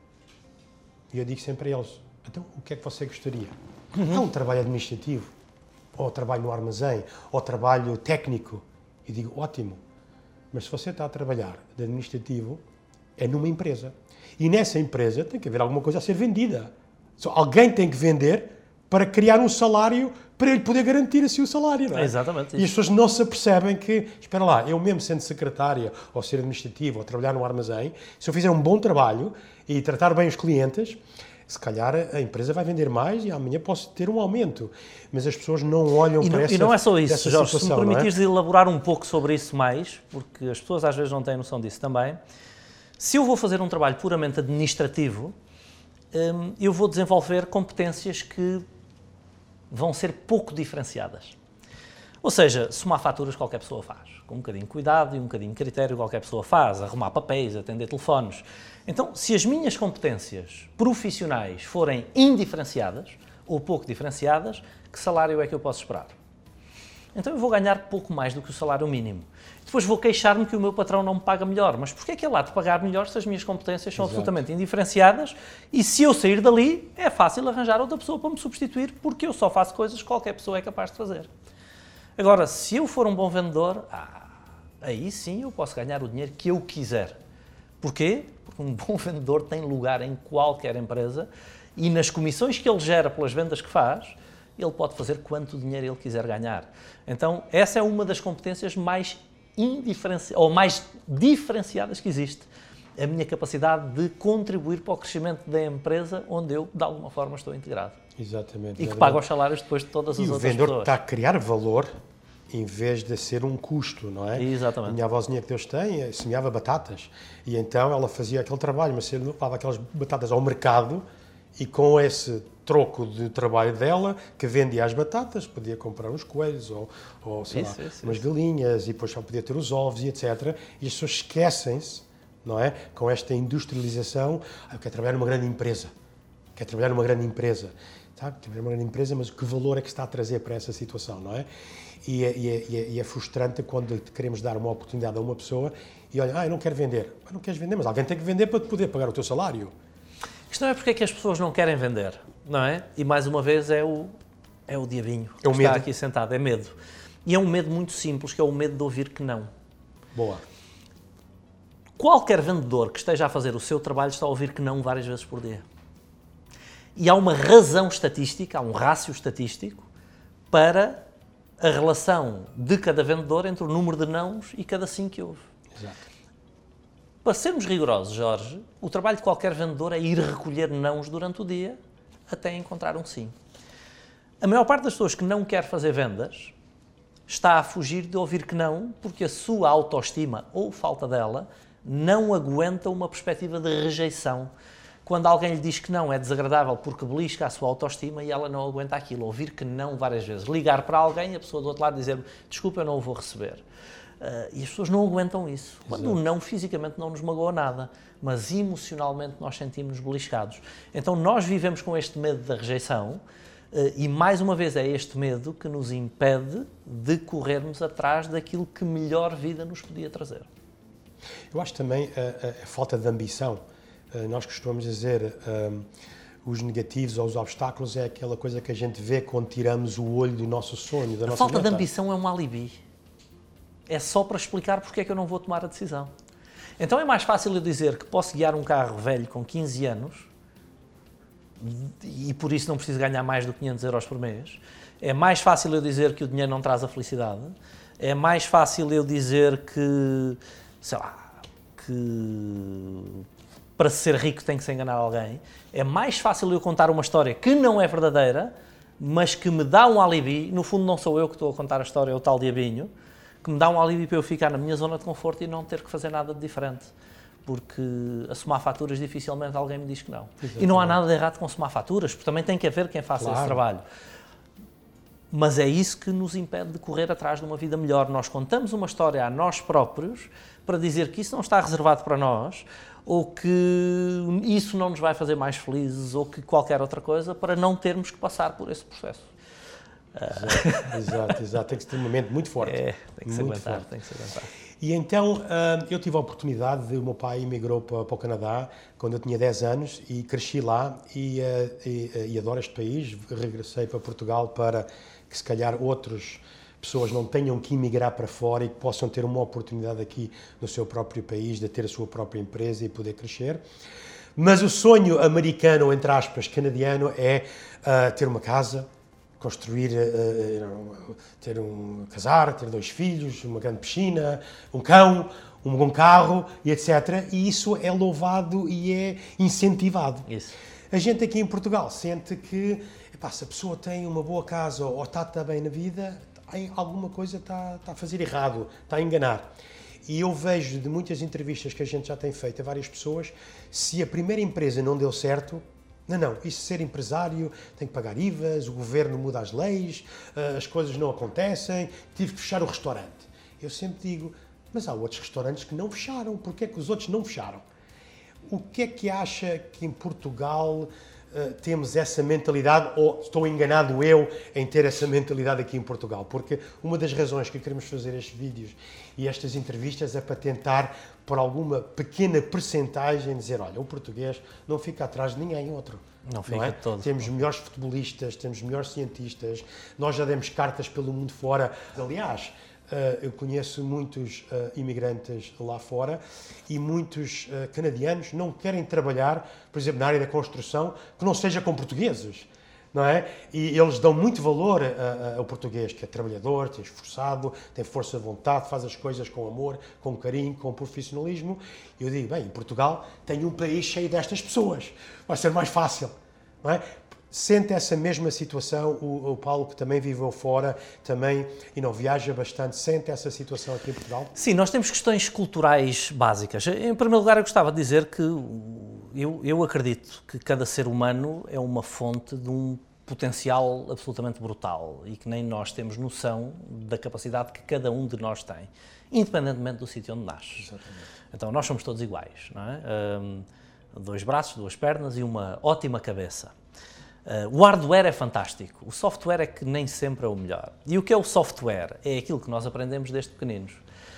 E eu digo sempre a eles, então o que é que você gostaria? Um trabalho administrativo, ou trabalho no armazém, ou trabalho técnico. E digo, ótimo, mas se você está a trabalhar de administrativo, é numa empresa. E nessa empresa tem que haver alguma coisa a ser vendida. Alguém tem que vender para criar um salário para ele poder garantir assim o salário, não é? Exatamente isso. E as pessoas não se apercebem que, espera lá, eu mesmo sendo secretária, ou ser administrativo, ou trabalhar no armazém, se eu fizer um bom trabalho e tratar bem os clientes, se calhar a empresa vai vender mais e amanhã posso ter um aumento. Mas as pessoas não olham para essa situação. E não é só isso, Jorge, se me permitires elaborar um pouco sobre isso mais, porque as pessoas às vezes não têm noção disso também. Se eu vou fazer um trabalho puramente administrativo, eu vou desenvolver competências que vão ser pouco diferenciadas. Ou seja, somar faturas qualquer pessoa faz, com um bocadinho de cuidado e um bocadinho de critério qualquer pessoa faz, arrumar papéis, atender telefones. Então, se as minhas competências profissionais forem indiferenciadas ou pouco diferenciadas, que salário é que eu posso esperar? Então eu vou ganhar pouco mais do que o salário mínimo. Depois vou queixar-me que o meu patrão não me paga melhor. Mas porquê é que ele há de pagar melhor se as minhas competências são absolutamente indiferenciadas e se eu sair dali é fácil arranjar outra pessoa para me substituir porque eu só faço coisas que qualquer pessoa é capaz de fazer. Agora, se eu for um bom vendedor, aí sim eu posso ganhar o dinheiro que eu quiser. Porquê? Porque um bom vendedor tem lugar em qualquer empresa e nas comissões que ele gera pelas vendas que faz, ele pode fazer quanto dinheiro ele quiser ganhar. Então, essa é uma das competências mais diferenciadas que existe. A minha capacidade de contribuir para o crescimento da empresa onde eu, de alguma forma, estou integrado. Exatamente. E que paga os salários depois de todas as outras pessoas. E o vendedor está a criar valor em vez de ser um custo, não é? Exatamente. A minha avózinha que Deus tem semeava batatas e então ela fazia aquele trabalho, mas se ele levava aquelas batatas ao mercado e com esse troco de trabalho dela, que vendia as batatas, podia comprar uns coelhos ou sei lá, umas galinhas e depois só podia ter os ovos e etc. E as pessoas esquecem-se, não é? Com esta industrialização, eu quero trabalhar numa grande empresa. Quero trabalhar numa grande empresa. Sabe? Trabalhar numa grande empresa, mas que valor é que se está a trazer para essa situação, não é? E é frustrante quando queremos dar uma oportunidade a uma pessoa e olha, eu não quero vender. Não queres vender, mas alguém tem que vender para te poder pagar o teu salário. A questão é porque é que as pessoas não querem vender, não é? E mais uma vez é o diabinho que está aqui sentado, é medo. E é um medo muito simples, que é o medo de ouvir que não. Boa. Qualquer vendedor que esteja a fazer o seu trabalho está a ouvir que não várias vezes por dia. E há uma razão estatística, há um rácio estatístico para a relação de cada vendedor entre o número de nãos e cada sim que ouve. Exato. Para sermos rigorosos, Jorge, o trabalho de qualquer vendedor é ir recolher nãos durante o dia até encontrar um sim. A maior parte das pessoas que não quer fazer vendas está a fugir de ouvir que não porque a sua autoestima ou falta dela não aguenta uma perspectiva de rejeição. Quando alguém lhe diz que não, é desagradável porque belisca a sua autoestima e ela não aguenta aquilo. Ouvir que não várias vezes. Ligar para alguém e a pessoa do outro lado dizer: desculpa, eu não o vou receber. E as pessoas não aguentam isso. Quando o não fisicamente não nos magoa nada, mas emocionalmente nós sentimos-nos beliscados. Então nós vivemos com este medo da rejeição e mais uma vez é este medo que nos impede de corrermos atrás daquilo que melhor vida nos podia trazer. Eu acho também a falta de ambição. Nós costumamos dizer os negativos ou os obstáculos é aquela coisa que a gente vê quando tiramos o olho do nosso sonho, da nossa meta. A falta de ambição é um alibi. É só para explicar porque é que eu não vou tomar a decisão. Então é mais fácil eu dizer que posso guiar um carro velho com 15 anos e por isso não preciso ganhar mais do que 500 euros por mês. É mais fácil eu dizer que o dinheiro não traz a felicidade. É mais fácil eu dizer que, sei lá, que para ser rico tem que se enganar alguém. É mais fácil eu contar uma história que não é verdadeira, mas que me dá um alibi. No fundo não sou eu que estou a contar a história, é o tal diabinho, que me dá um alívio para eu ficar na minha zona de conforto e não ter que fazer nada de diferente. Porque a somar faturas dificilmente alguém me diz que não. Exatamente. E não há nada de errado com somar faturas, porque também tem que haver quem faça esse trabalho. Mas é isso que nos impede de correr atrás de uma vida melhor. Nós contamos uma história a nós próprios para dizer que isso não está reservado para nós, ou que isso não nos vai fazer mais felizes, ou que qualquer outra coisa, para não termos que passar por esse processo. Exato. Tem que ser um momento muito forte. Tem que se aguentar. E então, eu tive a oportunidade o meu pai emigrou para o Canadá quando eu tinha 10 anos e cresci lá e adoro este país. Regressei para Portugal para que se calhar outras pessoas não tenham que emigrar para fora e que possam ter uma oportunidade aqui no seu próprio país de ter a sua própria empresa e poder crescer. Mas o sonho americano, entre aspas, canadiano, é ter uma casa, construir, casar, ter 2 filhos, uma grande piscina, um cão, um bom carro, e etc. E isso é louvado e é incentivado. Isso. A gente aqui em Portugal sente que se a pessoa tem uma boa casa ou está bem na vida, alguma coisa está a fazer errado, está a enganar. E eu vejo de muitas entrevistas que a gente já tem feito a várias pessoas, se a primeira empresa não deu certo, não, isso ser empresário, tem que pagar IVAs, o governo muda as leis, as coisas não acontecem, tive que fechar o restaurante. Eu sempre digo, mas há outros restaurantes que não fecharam, porquê é que os outros não fecharam? O que é que acha que em Portugal temos essa mentalidade, ou estou enganado eu em ter essa mentalidade aqui em Portugal? Porque uma das razões que queremos fazer estes vídeos e estas entrevistas é para tentar, por alguma pequena percentagem, dizer, olha, o português não fica atrás de ninguém outro. Não fica de todo. Temos melhores futebolistas, temos melhores cientistas, nós já demos cartas pelo mundo fora. Aliás, eu conheço muitos imigrantes lá fora e muitos canadianos não querem trabalhar, por exemplo, na área da construção, que não seja com portugueses, não é? E eles dão muito valor ao português, que é trabalhador, é esforçado, tem força de vontade, faz as coisas com amor, com carinho, com profissionalismo. E eu digo, bem, em Portugal tem um país cheio destas pessoas, vai ser mais fácil, não é? Sente essa mesma situação, o Paulo, que também viveu fora, também, e não viaja bastante, sente essa situação aqui em Portugal? Sim, nós temos questões culturais básicas. Em primeiro lugar, eu gostava de dizer que eu acredito que cada ser humano é uma fonte de um potencial absolutamente brutal e que nem nós temos noção da capacidade que cada um de nós tem, independentemente do sítio onde nasce. Exatamente. Então, nós somos todos iguais, não é? 2 braços, 2 pernas e uma ótima cabeça. O hardware é fantástico, o software é que nem sempre é o melhor. E o que é o software? É aquilo que nós aprendemos desde pequeninos.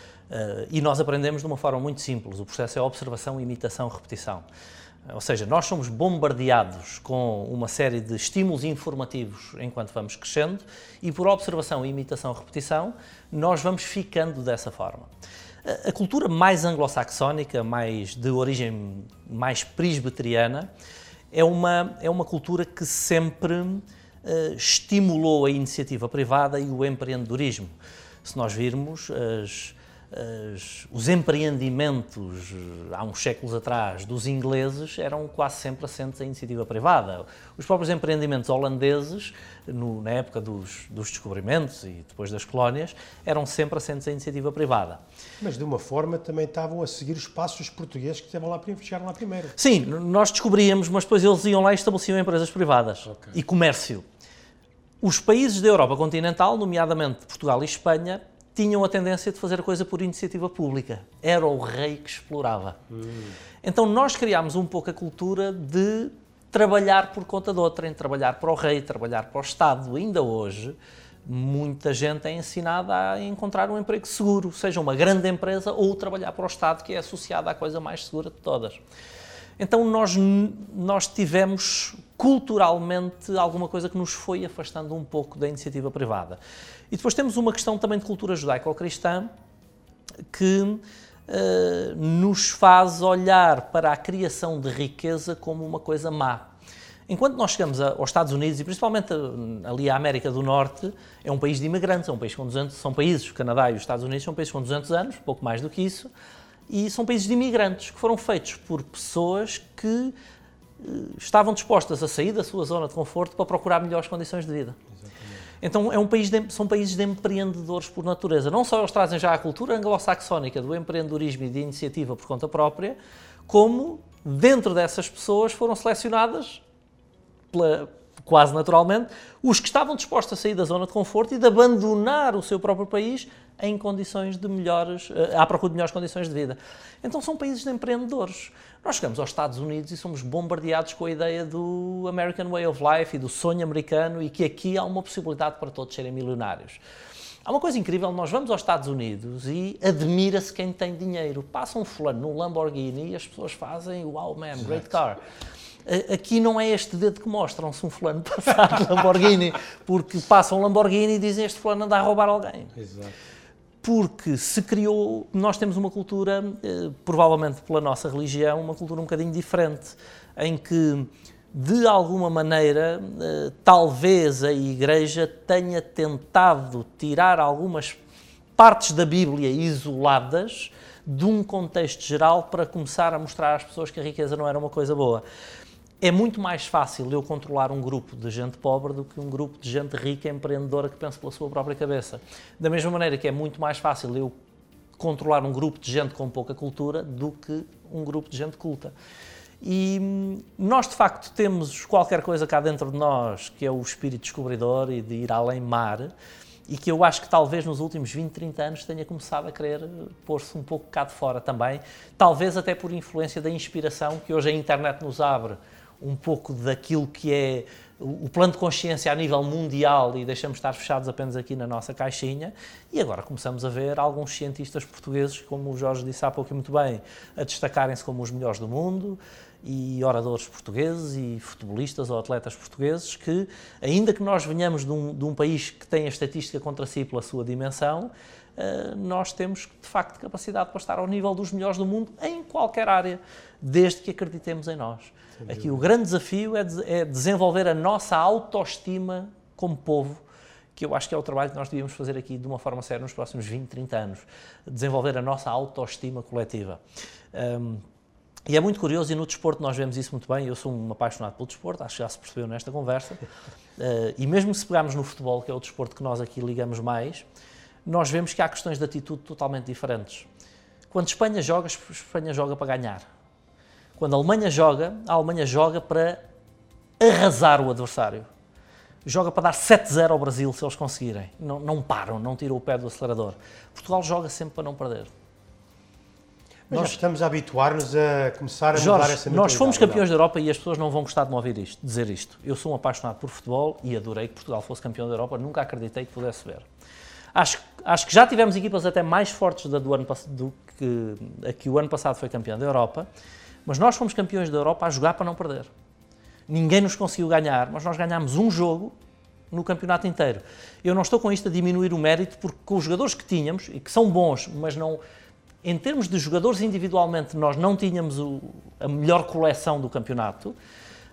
E nós aprendemos de uma forma muito simples. O processo é observação, imitação, repetição. Ou seja, nós somos bombardeados com uma série de estímulos informativos enquanto vamos crescendo e por observação, imitação, repetição, nós vamos ficando dessa forma. A cultura mais anglo-saxónica, mais de origem mais presbiteriana, é uma cultura que sempre estimulou a iniciativa privada e o empreendedorismo. Se nós virmos, os empreendimentos, há uns séculos atrás, dos ingleses eram quase sempre assentes em iniciativa privada. Os próprios empreendimentos holandeses, na época dos descobrimentos e depois das colónias, eram sempre assentes em iniciativa privada. Mas, de uma forma, também estavam a seguir os passos dos portugueses que chegaram lá primeiro. Sim, nós descobríamos, mas depois eles iam lá e estabeleciam empresas privadas e comércio. Os países da Europa continental, nomeadamente Portugal e Espanha, tinham a tendência de fazer a coisa por iniciativa pública. Era o rei que explorava. Então nós criámos um pouco a cultura de trabalhar por conta de outrem, trabalhar para o rei, trabalhar para o Estado. Ainda hoje, muita gente é ensinada a encontrar um emprego seguro, seja uma grande empresa ou trabalhar para o Estado, que é associado à coisa mais segura de todas. Então nós tivemos culturalmente alguma coisa que nos foi afastando um pouco da iniciativa privada. E depois temos uma questão também de cultura judaico-cristã que nos faz olhar para a criação de riqueza como uma coisa má. Enquanto nós chegamos aos Estados Unidos, e principalmente ali à América do Norte, é um país de imigrantes, é um país com 200, são países, o Canadá e os Estados Unidos são países com 200 anos, pouco mais do que isso, e são países de imigrantes que foram feitos por pessoas que estavam dispostas a sair da sua zona de conforto para procurar melhores condições de vida. Exatamente. Então são países de empreendedores por natureza. Não só eles trazem já a cultura anglo-saxónica do empreendedorismo e de iniciativa por conta própria, como dentro dessas pessoas foram selecionadas, quase naturalmente, os que estavam dispostos a sair da zona de conforto e de abandonar o seu próprio país em condições de à procura de melhores condições de vida. Então são países de empreendedores. Nós chegamos aos Estados Unidos e somos bombardeados com a ideia do American Way of Life e do sonho americano e que aqui há uma possibilidade para todos serem milionários. Há uma coisa incrível, nós vamos aos Estados Unidos e admira-se quem tem dinheiro. Passa um fulano num Lamborghini e as pessoas fazem wow man, great car. Aqui não é este dedo que mostram se um fulano passar de Lamborghini, porque passam um Lamborghini e dizem este fulano anda a roubar alguém. Exato. Porque se criou, nós temos uma cultura, provavelmente pela nossa religião, uma cultura um bocadinho diferente, em que, de alguma maneira, talvez a Igreja tenha tentado tirar algumas partes da Bíblia isoladas de um contexto geral para começar a mostrar às pessoas que a riqueza não era uma coisa boa. É muito mais fácil eu controlar um grupo de gente pobre do que um grupo de gente rica, empreendedora, que pensa pela sua própria cabeça. Da mesma maneira que é muito mais fácil eu controlar um grupo de gente com pouca cultura do que um grupo de gente culta. E nós, de facto, temos qualquer coisa cá dentro de nós, que é o espírito descobridor e de ir além mar, e que eu acho que talvez nos últimos 20, 30 anos tenha começado a querer pôr-se um pouco cá de fora também, talvez até por influência da inspiração que hoje a internet nos abre, um pouco daquilo que é o plano de consciência a nível mundial e deixamos de estar fechados apenas aqui na nossa caixinha. E agora começamos a ver alguns cientistas portugueses, como o Jorge disse há pouco e muito bem, a destacarem-se como os melhores do mundo, e oradores portugueses e futebolistas ou atletas portugueses que, ainda que nós venhamos de um país que tem a estatística contra si pela sua dimensão, nós temos, de facto, capacidade para estar ao nível dos melhores do mundo em qualquer área, desde que acreditemos em nós. Aqui o grande desafio é desenvolver a nossa autoestima como povo, que eu acho que é o trabalho que nós devíamos fazer aqui de uma forma séria nos próximos 20, 30 anos. Desenvolver a nossa autoestima coletiva. E é muito curioso, e no desporto nós vemos isso muito bem. Eu sou um apaixonado pelo desporto, acho que já se percebeu nesta conversa. E mesmo se pegarmos no futebol, que é o desporto que nós aqui ligamos mais, nós vemos que há questões de atitude totalmente diferentes. Quando Espanha joga para ganhar. Quando a Alemanha joga para arrasar o adversário. Joga para dar 7-0 ao Brasil, se eles conseguirem. Não param, não tiram o pé do acelerador. Portugal joga sempre para não perder. Mas nós estamos a habituar-nos a começar a mudar essa mentalidade. Nós fomos campeões da Europa e as pessoas não vão gostar de me ouvir dizer isto. Eu sou um apaixonado por futebol e adorei que Portugal fosse campeão da Europa, nunca acreditei que pudesse ver. Acho que já tivemos equipas até mais fortes do que o ano passado foi campeão da Europa, mas nós fomos campeões da Europa a jogar para não perder. Ninguém nos conseguiu ganhar, mas nós ganhámos um jogo no campeonato inteiro. Eu não estou com isto a diminuir o mérito, porque com os jogadores que tínhamos, e que são bons, mas não... Em termos de jogadores individualmente, nós não tínhamos a melhor coleção do campeonato,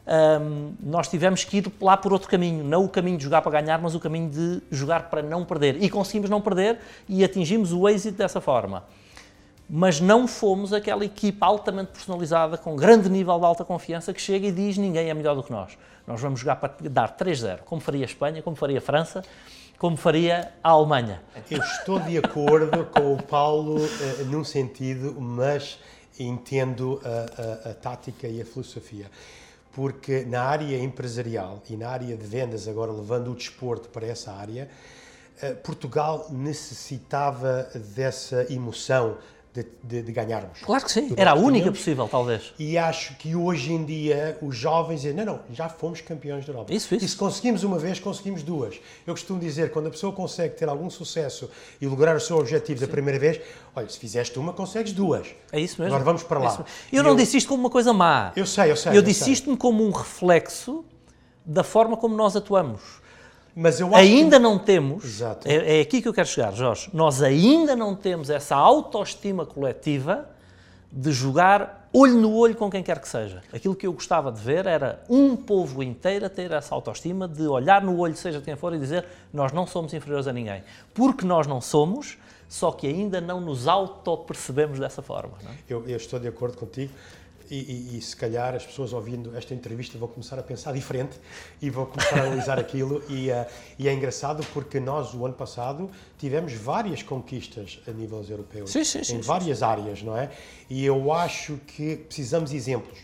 nós tivemos que ir lá por outro caminho, não o caminho de jogar para ganhar, mas o caminho de jogar para não perder. E conseguimos não perder e atingimos o êxito dessa forma. Mas não fomos aquela equipa altamente personalizada, com grande nível de alta confiança, que chega e diz ninguém é melhor do que nós. Nós vamos jogar para dar 3-0, como faria a Espanha, como faria a França, como faria a Alemanha. Eu estou de acordo com o Paulo num sentido, mas entendo a tática e a filosofia. Porque na área empresarial e na área de vendas, agora levando o desporto para essa área, Portugal necessitava dessa emoção de ganharmos. Claro que sim, era a única possível, talvez. E acho que hoje em dia os jovens dizem, não, já fomos campeões da Europa. Isso. E se conseguimos uma vez, conseguimos duas. Eu costumo dizer, quando a pessoa consegue ter algum sucesso e lograr o seu objetivo da primeira vez, olha, se fizeste uma, consegues duas. É isso mesmo. Agora vamos para lá. Eu não disse isto como uma coisa má. Eu sei. Eu disse isto como um reflexo da forma como nós atuamos. Mas eu acho ainda não temos, Exato. é aqui que eu quero chegar, Jorge, nós ainda não temos essa autoestima coletiva de jogar olho no olho com quem quer que seja. Aquilo que eu gostava de ver era um povo inteiro a ter essa autoestima de olhar no olho, seja quem for, e dizer nós não somos inferiores a ninguém. Porque nós não somos, só que ainda não nos auto-percebemos dessa forma. Não é? Eu estou de acordo contigo. E se calhar as pessoas ouvindo esta entrevista vão começar a pensar diferente e vão começar a analisar aquilo e é engraçado porque nós, o ano passado, tivemos várias conquistas a níveis europeus, em várias áreas, não é? E eu acho que precisamos de exemplos.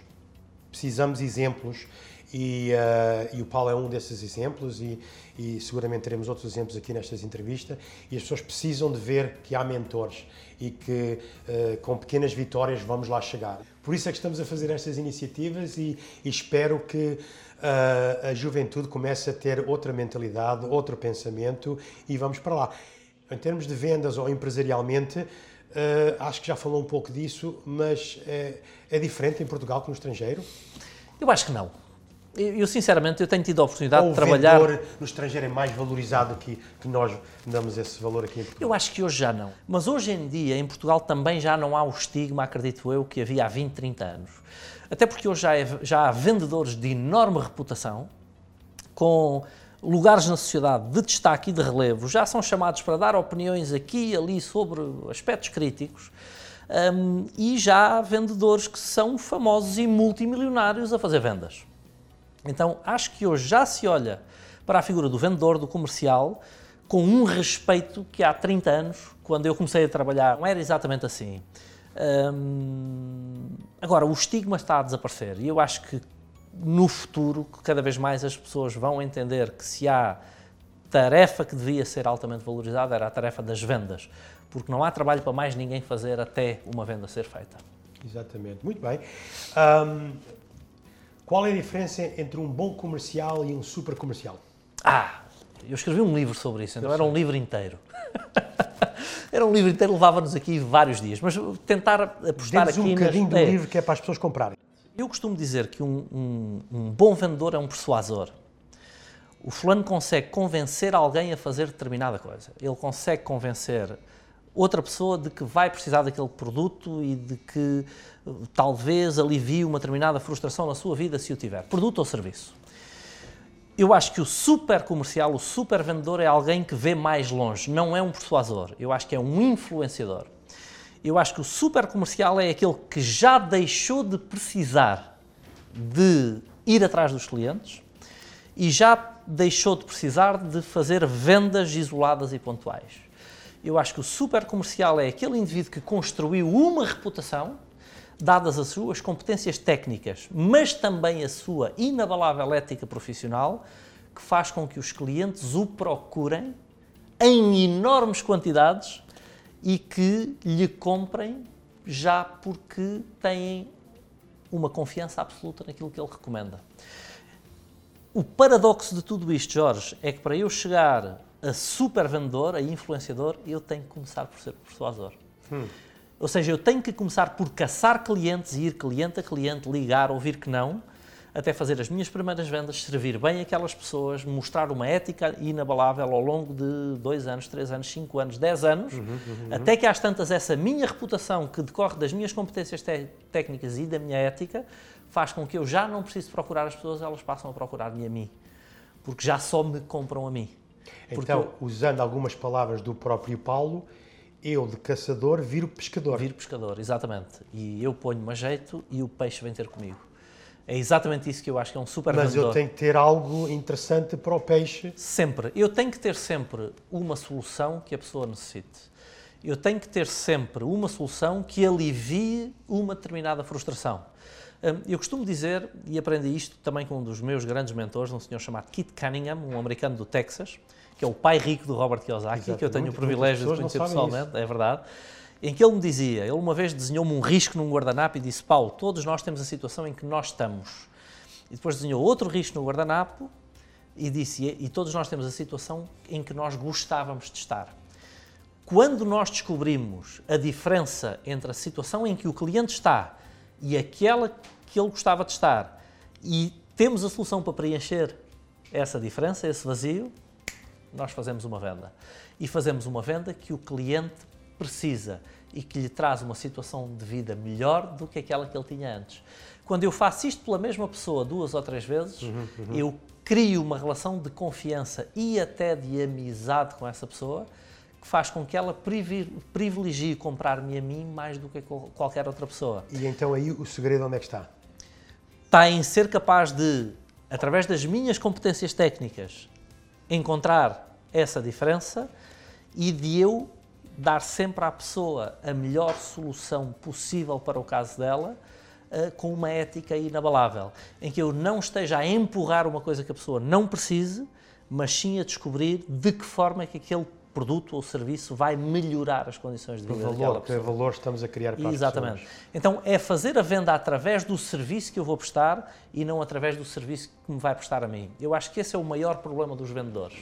E o Paulo é um desses exemplos e seguramente teremos outros exemplos aqui nestas entrevistas e as pessoas precisam de ver que há mentores e que com pequenas vitórias vamos lá chegar. Por isso é que estamos a fazer estas iniciativas e espero que a juventude comece a ter outra mentalidade, outro pensamento e vamos para lá. Em termos de vendas ou empresarialmente, acho que já falou um pouco disso, mas é diferente em Portugal que no estrangeiro? Eu acho que não. Eu sinceramente, eu tenho tido a oportunidade ou de trabalhar... o vendedor no estrangeiro é mais valorizado que nós damos esse valor aqui em Portugal? Eu acho que hoje já não. Mas hoje em dia, em Portugal, também já não há o estigma, acredito eu, que havia há 20, 30 anos. Até porque hoje já há vendedores de enorme reputação, com lugares na sociedade de destaque e de relevo, já são chamados para dar opiniões aqui e ali sobre aspectos críticos, e já há vendedores que são famosos e multimilionários a fazer vendas. Então, acho que hoje já se olha para a figura do vendedor, do comercial, com um respeito que há 30 anos, quando eu comecei a trabalhar, não era exatamente assim. Agora, o estigma está a desaparecer e eu acho que no futuro, cada vez mais as pessoas vão entender que se há tarefa que devia ser altamente valorizada, era a tarefa das vendas, porque não há trabalho para mais ninguém fazer até uma venda ser feita. Exatamente. Muito bem. Qual é a diferença entre um bom comercial e um super comercial? Eu escrevi um livro sobre isso, então era um livro inteiro. Era um livro inteiro, levava-nos aqui vários dias, mas tentar apostar aqui... um bocadinho do livro que é para as pessoas comprarem. Eu costumo dizer que um bom vendedor é um persuasor. O fulano consegue convencer alguém a fazer determinada coisa. Ele consegue convencer outra pessoa de que vai precisar daquele produto e de que talvez alivie uma determinada frustração na sua vida se o tiver, produto ou serviço. Eu acho que o super comercial, o super vendedor é alguém que vê mais longe, não é um persuasor, eu acho que é um influenciador. Eu acho que o super comercial é aquele que já deixou de precisar de ir atrás dos clientes e já deixou de precisar de fazer vendas isoladas e pontuais. Eu acho que o super comercial é aquele indivíduo que construiu uma reputação, dadas as suas competências técnicas, mas também a sua inabalável ética profissional, que faz com que os clientes o procurem em enormes quantidades e que lhe comprem já porque têm uma confiança absoluta naquilo que ele recomenda. O paradoxo de tudo isto, Jorge, é que para eu chegar a super vendedor, a influenciador, eu tenho que começar por ser persuasor. Ou seja, eu tenho que começar por caçar clientes e ir cliente a cliente, ligar, ouvir que não, até fazer as minhas primeiras vendas, servir bem aquelas pessoas, mostrar uma ética inabalável ao longo de 2 anos, 3 anos, 5 anos, 10 anos, até que às tantas essa minha reputação que decorre das minhas competências técnicas e da minha ética faz com que eu já não preciso procurar as pessoas, elas passam a procurar-me a mim, porque já só me compram a mim. Então, usando algumas palavras do próprio Paulo, eu de caçador viro pescador. Viro pescador, exatamente. E eu ponho-me a jeito e o peixe vem ter comigo. É exatamente isso que eu acho que é um super vendedor. Mas eu tenho que ter algo interessante para o peixe. Sempre. Eu tenho que ter sempre uma solução que a pessoa necessite. Eu tenho que ter sempre uma solução que alivie uma determinada frustração. Eu costumo dizer, e aprendi isto também com um dos meus grandes mentores, um senhor chamado Kit Cunningham, um americano do Texas, que é o pai rico do Robert Kiyosaki, exatamente, que eu tenho o privilégio de conhecer pessoalmente, é verdade, em que ele me dizia, ele uma vez desenhou-me um risco num guardanapo e disse: Paulo, todos nós temos a situação em que nós estamos. E depois desenhou outro risco no guardanapo e disse: e todos nós temos a situação em que nós gostávamos de estar. Quando nós descobrimos a diferença entre a situação em que o cliente está e aquela que ele gostava de estar e temos a solução para preencher essa diferença, esse vazio, nós fazemos uma venda. E fazemos uma venda que o cliente precisa e que lhe traz uma situação de vida melhor do que aquela que ele tinha antes. Quando eu faço isto pela mesma pessoa 2 ou 3 vezes, eu crio uma relação de confiança e até de amizade com essa pessoa, que faz com que ela privilegie comprar-me a mim mais do que qualquer outra pessoa. E então aí o segredo onde é que está? Está em ser capaz de, através das minhas competências técnicas, encontrar essa diferença e de eu dar sempre à pessoa a melhor solução possível para o caso dela, com uma ética inabalável, em que eu não esteja a empurrar uma coisa que a pessoa não precise, mas sim a descobrir de que forma é que aquele produto ou serviço vai melhorar as condições de vida daquela pessoa. Que valor estamos a criar para as pessoas. Exatamente. Então é fazer a venda através do serviço que eu vou prestar e não através do serviço que me vai prestar a mim. Eu acho que esse é o maior problema dos vendedores.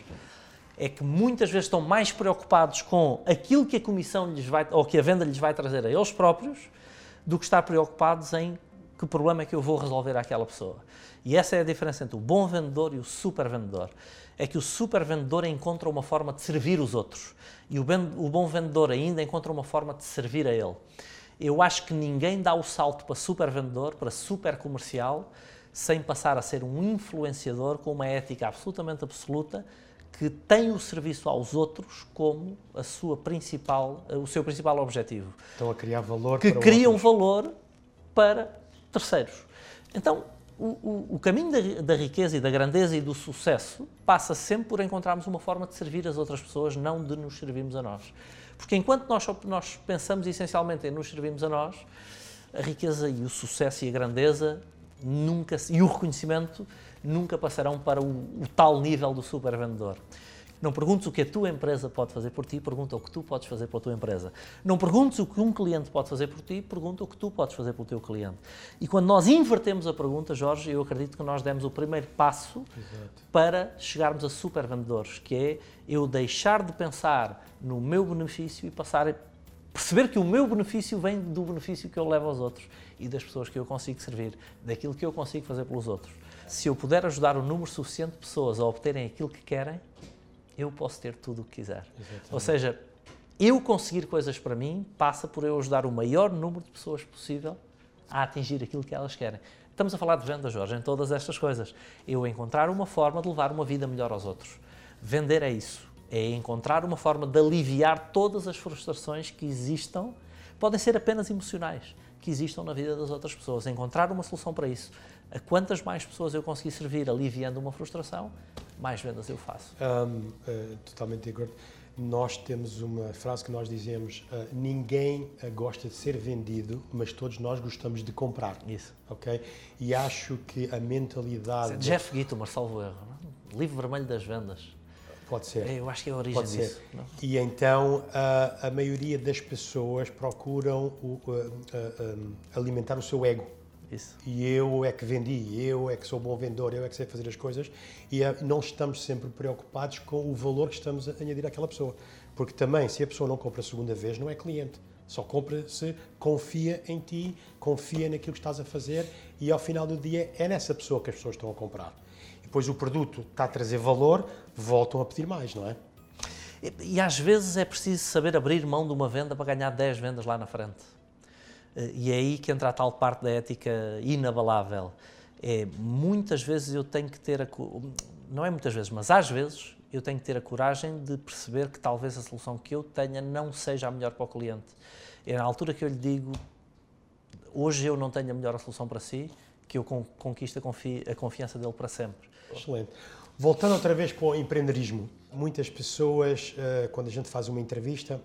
É que muitas vezes estão mais preocupados com aquilo que a comissão lhes vai, ou que a venda lhes vai trazer a eles próprios, do que estar preocupados em que problema é que eu vou resolver àquela pessoa. E essa é a diferença entre o bom vendedor e o super vendedor. É que o super vendedor encontra uma forma de servir os outros e o bom vendedor ainda encontra uma forma de servir a ele. Eu acho que ninguém dá o salto para super vendedor, para super comercial, sem passar a ser um influenciador com uma ética absolutamente absoluta, que tem o serviço aos outros como o seu principal objetivo. Estão a criar valor que para criam outros. valor para terceiros. Então, o caminho da riqueza e da grandeza e do sucesso passa sempre por encontrarmos uma forma de servir as outras pessoas, não de nos servirmos a nós. Porque enquanto nós pensamos essencialmente em nos servirmos a nós, a riqueza e o sucesso e a grandeza e o reconhecimento nunca passarão para o tal nível do super vendedor. Não perguntes o que a tua empresa pode fazer por ti, pergunta o que tu podes fazer pela tua empresa. Não perguntes o que um cliente pode fazer por ti, pergunta o que tu podes fazer pelo teu cliente. E quando nós invertemos a pergunta, Jorge, eu acredito que nós demos o primeiro passo para chegarmos a super vendedores, que é eu deixar de pensar no meu benefício e passar a perceber que o meu benefício vem do benefício que eu levo aos outros e das pessoas que eu consigo servir, daquilo que eu consigo fazer pelos outros. Se eu puder ajudar um número suficiente de pessoas a obterem aquilo que querem, eu posso ter tudo o que quiser. Exatamente. Ou seja, eu conseguir coisas para mim passa por eu ajudar o maior número de pessoas possível a atingir aquilo que elas querem. Estamos a falar de venda, Jorge, em todas estas coisas. Eu encontrar uma forma de levar uma vida melhor aos outros. Vender é isso. É encontrar uma forma de aliviar todas as frustrações que existam, podem ser apenas emocionais, que existam na vida das outras pessoas. Encontrar uma solução para isso. A quantas mais pessoas eu conseguir servir aliviando uma frustração, mais vendas eu faço. Totalmente de acordo. Nós temos uma frase que nós dizemos: ninguém gosta de ser vendido, mas todos nós gostamos de comprar. Isso. Ok? E acho que a mentalidade... Jeff Gitomer, salvo erro, não? O livro vermelho das vendas. Pode ser. Eu acho que é a origem disso. Não? E então a maioria das pessoas procuram alimentar o seu ego. Isso. E eu é que vendi, eu é que sou bom vendedor, eu é que sei fazer as coisas, e não estamos sempre preocupados com o valor que estamos a añadir àquela pessoa. Porque também, se a pessoa não compra a segunda vez, não é cliente. Só compra se confia em ti, confia naquilo que estás a fazer, e ao final do dia é nessa pessoa que as pessoas estão a comprar. E depois o produto está a trazer valor, voltam a pedir mais, não é? E às vezes é preciso saber abrir mão de uma venda para ganhar 10 vendas lá na frente. E é aí que entra a tal parte da ética inabalável. Muitas vezes eu tenho que ter não é muitas vezes, mas às vezes eu tenho que ter a coragem de perceber que talvez a solução que eu tenha não seja a melhor para o cliente. É na altura que eu lhe digo, hoje eu não tenho a melhor solução para si, que eu conquisto a confiança dele para sempre. Excelente. Voltando outra vez para o empreendedorismo, muitas pessoas, quando a gente faz uma entrevista,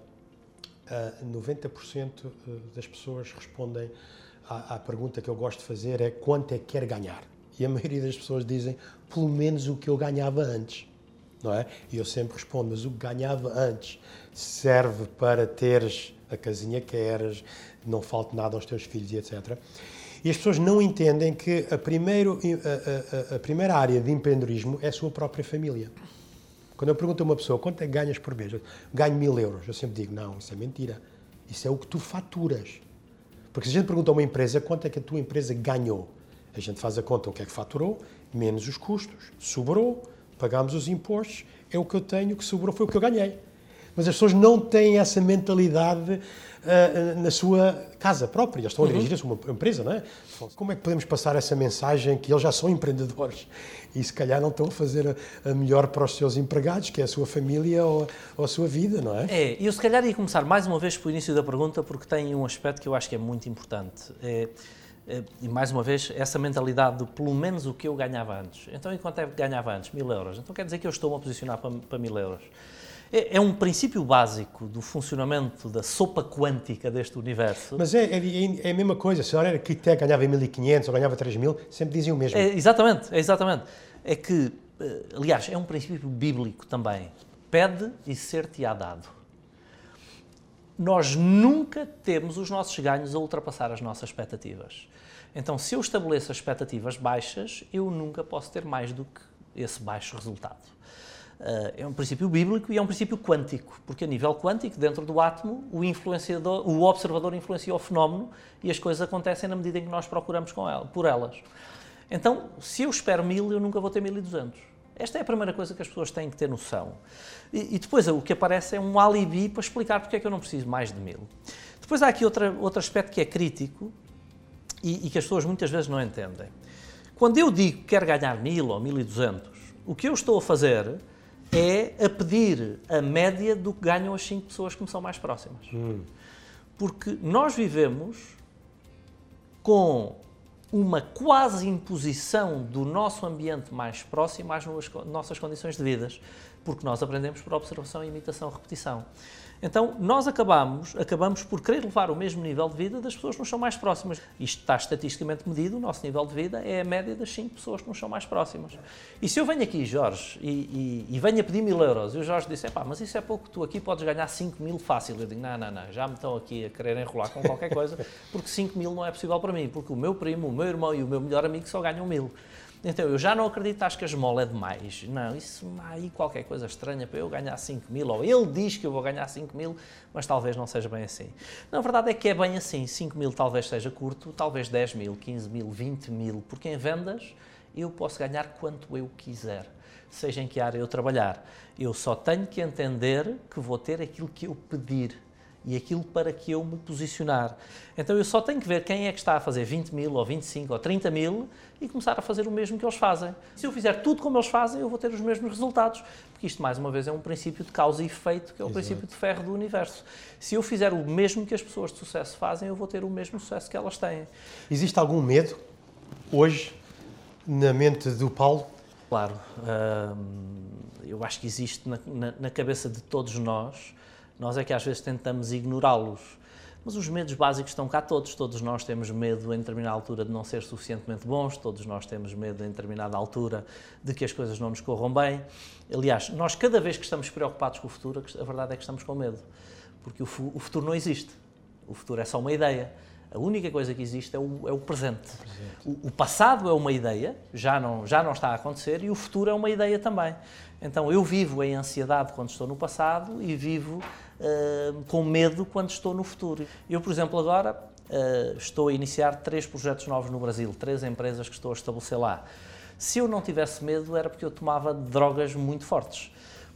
90% das pessoas respondem à pergunta que eu gosto de fazer, é quanto é que quer ganhar? E a maioria das pessoas dizem, pelo menos o que eu ganhava antes, não é? E eu sempre respondo, mas o que ganhava antes serve para teres a casinha que queres, não falte nada aos teus filhos e etc. E as pessoas não entendem que a primeira área de empreendedorismo é a sua própria família. Quando eu pergunto a uma pessoa, quanto é que ganhas por mês? Eu ganho 1000 euros. Eu sempre digo, não, isso é mentira. Isso é o que tu faturas. Porque se a gente pergunta a uma empresa, quanto é que a tua empresa ganhou? A gente faz a conta, o que é que faturou, menos os custos. Sobrou, pagamos os impostos, é o que eu tenho, o que sobrou foi o que eu ganhei. Mas as pessoas não têm essa mentalidade na sua casa própria. Eles estão a dirigir-se a uma empresa, não é? Como é que podemos passar essa mensagem que eles já são empreendedores e se calhar não estão a fazer a melhor para os seus empregados, que é a sua família ou a sua vida, não é? E eu se calhar ia começar mais uma vez pelo início da pergunta, porque tem um aspecto que eu acho que é muito importante. E mais uma vez, essa mentalidade do pelo menos o que eu ganhava antes. Então, enquanto é que ganhava antes? 1000 euros. Então quer dizer que eu estou-me a posicionar para 1000 euros. É um princípio básico do funcionamento da sopa quântica deste universo. Mas é a mesma coisa. Se eu era arquiteto, ganhava 1500 ou ganhava 3000, sempre diziam o mesmo. Exatamente. É que, aliás, é um princípio bíblico também. Pede e ser-te-á dado. Nós nunca temos os nossos ganhos a ultrapassar as nossas expectativas. Então, se eu estabeleço as expectativas baixas, eu nunca posso ter mais do que esse baixo resultado. É um princípio bíblico e é um princípio quântico, porque a nível quântico, dentro do átomo, o observador influencia o fenómeno e as coisas acontecem na medida em que nós procuramos por elas. Então, se eu espero 1000, eu nunca vou ter 1200. Esta é a primeira coisa que as pessoas têm que ter noção. E depois o que aparece é um alibi para explicar porque é que eu não preciso mais de 1000. Depois há aqui outro aspecto que é crítico e que as pessoas muitas vezes não entendem. Quando eu digo que quero ganhar 1000 ou 1200, o que eu estou a fazer é a pedir a média do que ganham as 5 pessoas que me são mais próximas. Porque nós vivemos com uma quase imposição do nosso ambiente mais próximo às nossas condições de vida, porque nós aprendemos por observação, imitação, repetição. Então, nós acabamos por querer levar o mesmo nível de vida das pessoas que nos são mais próximas. Isto está estatisticamente medido, o nosso nível de vida é a média das 5 pessoas que nos são mais próximas. E se eu venho aqui, Jorge, e venho a pedir 1000 euros, e o Jorge disse, mas isso é pouco, tu aqui podes ganhar 5000 fácil. Eu digo, não, já me estão aqui a querer enrolar com qualquer coisa, porque 5000 não é possível para mim, porque o meu primo, o meu irmão e o meu melhor amigo só ganham 1000. Então, eu já não acredito, acho que a esmola é demais. Não, isso há aí qualquer coisa estranha para eu ganhar 5000, ou ele diz que eu vou ganhar 5000, mas talvez não seja bem assim. Na verdade é que é bem assim, 5000 talvez seja curto, talvez 10.000, 15.000, 20.000, porque em vendas eu posso ganhar quanto eu quiser, seja em que área eu trabalhar. Eu só tenho que entender que vou ter aquilo que eu pedir e aquilo para que eu me posicionar. Então eu só tenho que ver quem é que está a fazer 20.000 ou 25 ou 30.000 e começar a fazer o mesmo que eles fazem. Se eu fizer tudo como eles fazem, eu vou ter os mesmos resultados, porque isto mais uma vez é um princípio de causa e efeito, que é o princípio de Ferro do universo. Se eu fizer o mesmo que as pessoas de sucesso fazem, eu vou ter o mesmo sucesso que elas têm. Existe algum medo hoje na mente do Paulo? Claro, eu acho que existe na cabeça de todos nós. Nós é que às vezes tentamos ignorá-los, mas os medos básicos estão cá todos nós temos medo em determinada altura de não ser suficientemente bons, todos nós temos medo em determinada altura de que as coisas não nos corram bem. Aliás, nós cada vez que estamos preocupados com o futuro, a verdade é que estamos com medo, porque o futuro não existe, o futuro é só uma ideia. A única coisa que existe é o presente. O passado é uma ideia, já não está a acontecer, e o futuro é uma ideia também. Então eu vivo em ansiedade quando estou no passado e vivo com medo quando estou no futuro. Eu, por exemplo, agora estou a iniciar 3 projetos novos no Brasil, 3 empresas que estou a estabelecer lá. Se eu não tivesse medo era porque eu tomava drogas muito fortes.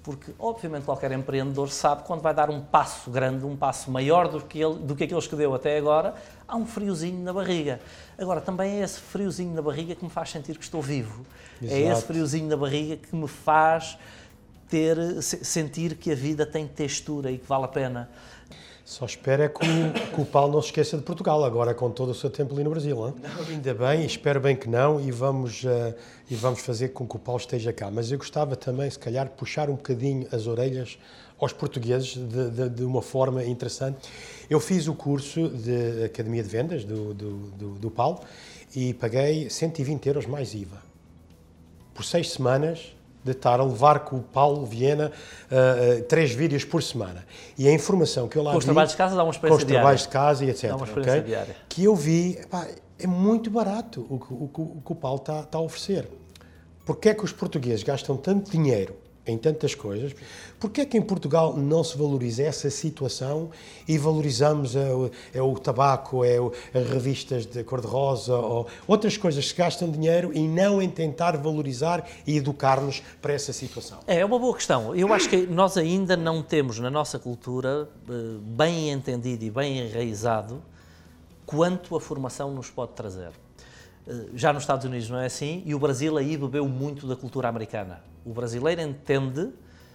Porque, obviamente, qualquer empreendedor sabe que quando vai dar um passo grande, um passo maior do que aqueles que deu até agora, há um friozinho na barriga. Agora, também é esse friozinho na barriga que me faz sentir que estou vivo. Exato. É esse friozinho na barriga que me faz sentir que a vida tem textura e que vale a pena. Só espero é que o Paulo não se esqueça de Portugal, agora com todo o seu tempo ali no Brasil. Não? Ainda bem, espero bem que não, e vamos fazer com que o Paulo esteja cá. Mas eu gostava também, se calhar, puxar um bocadinho as orelhas aos portugueses de uma forma interessante. Eu fiz o curso de Academia de Vendas do Paulo e paguei 120 euros mais IVA. Por 6 semanas... de estar a levar com o Paulo Viena 3 vídeos por semana. E a informação que eu lá vi... Com os trabalhos de casa dá uma experiência diária. Com os trabalhos de casa e etc. Dá uma experiência diária. Que eu vi, é muito barato o que o Paulo está a oferecer. Porquê é que os portugueses gastam tanto dinheiro em tantas coisas? Porquê é que em Portugal não se valoriza essa situação e valorizamos o tabaco, as revistas de cor-de-rosa ou outras coisas que se gastam dinheiro e não em tentar valorizar e educar-nos para essa situação? É uma boa questão. Eu acho que nós ainda não temos na nossa cultura bem entendido e bem enraizado quanto a formação nos pode trazer. Já nos Estados Unidos não é assim, e o Brasil aí bebeu muito da cultura americana. O brasileiro entende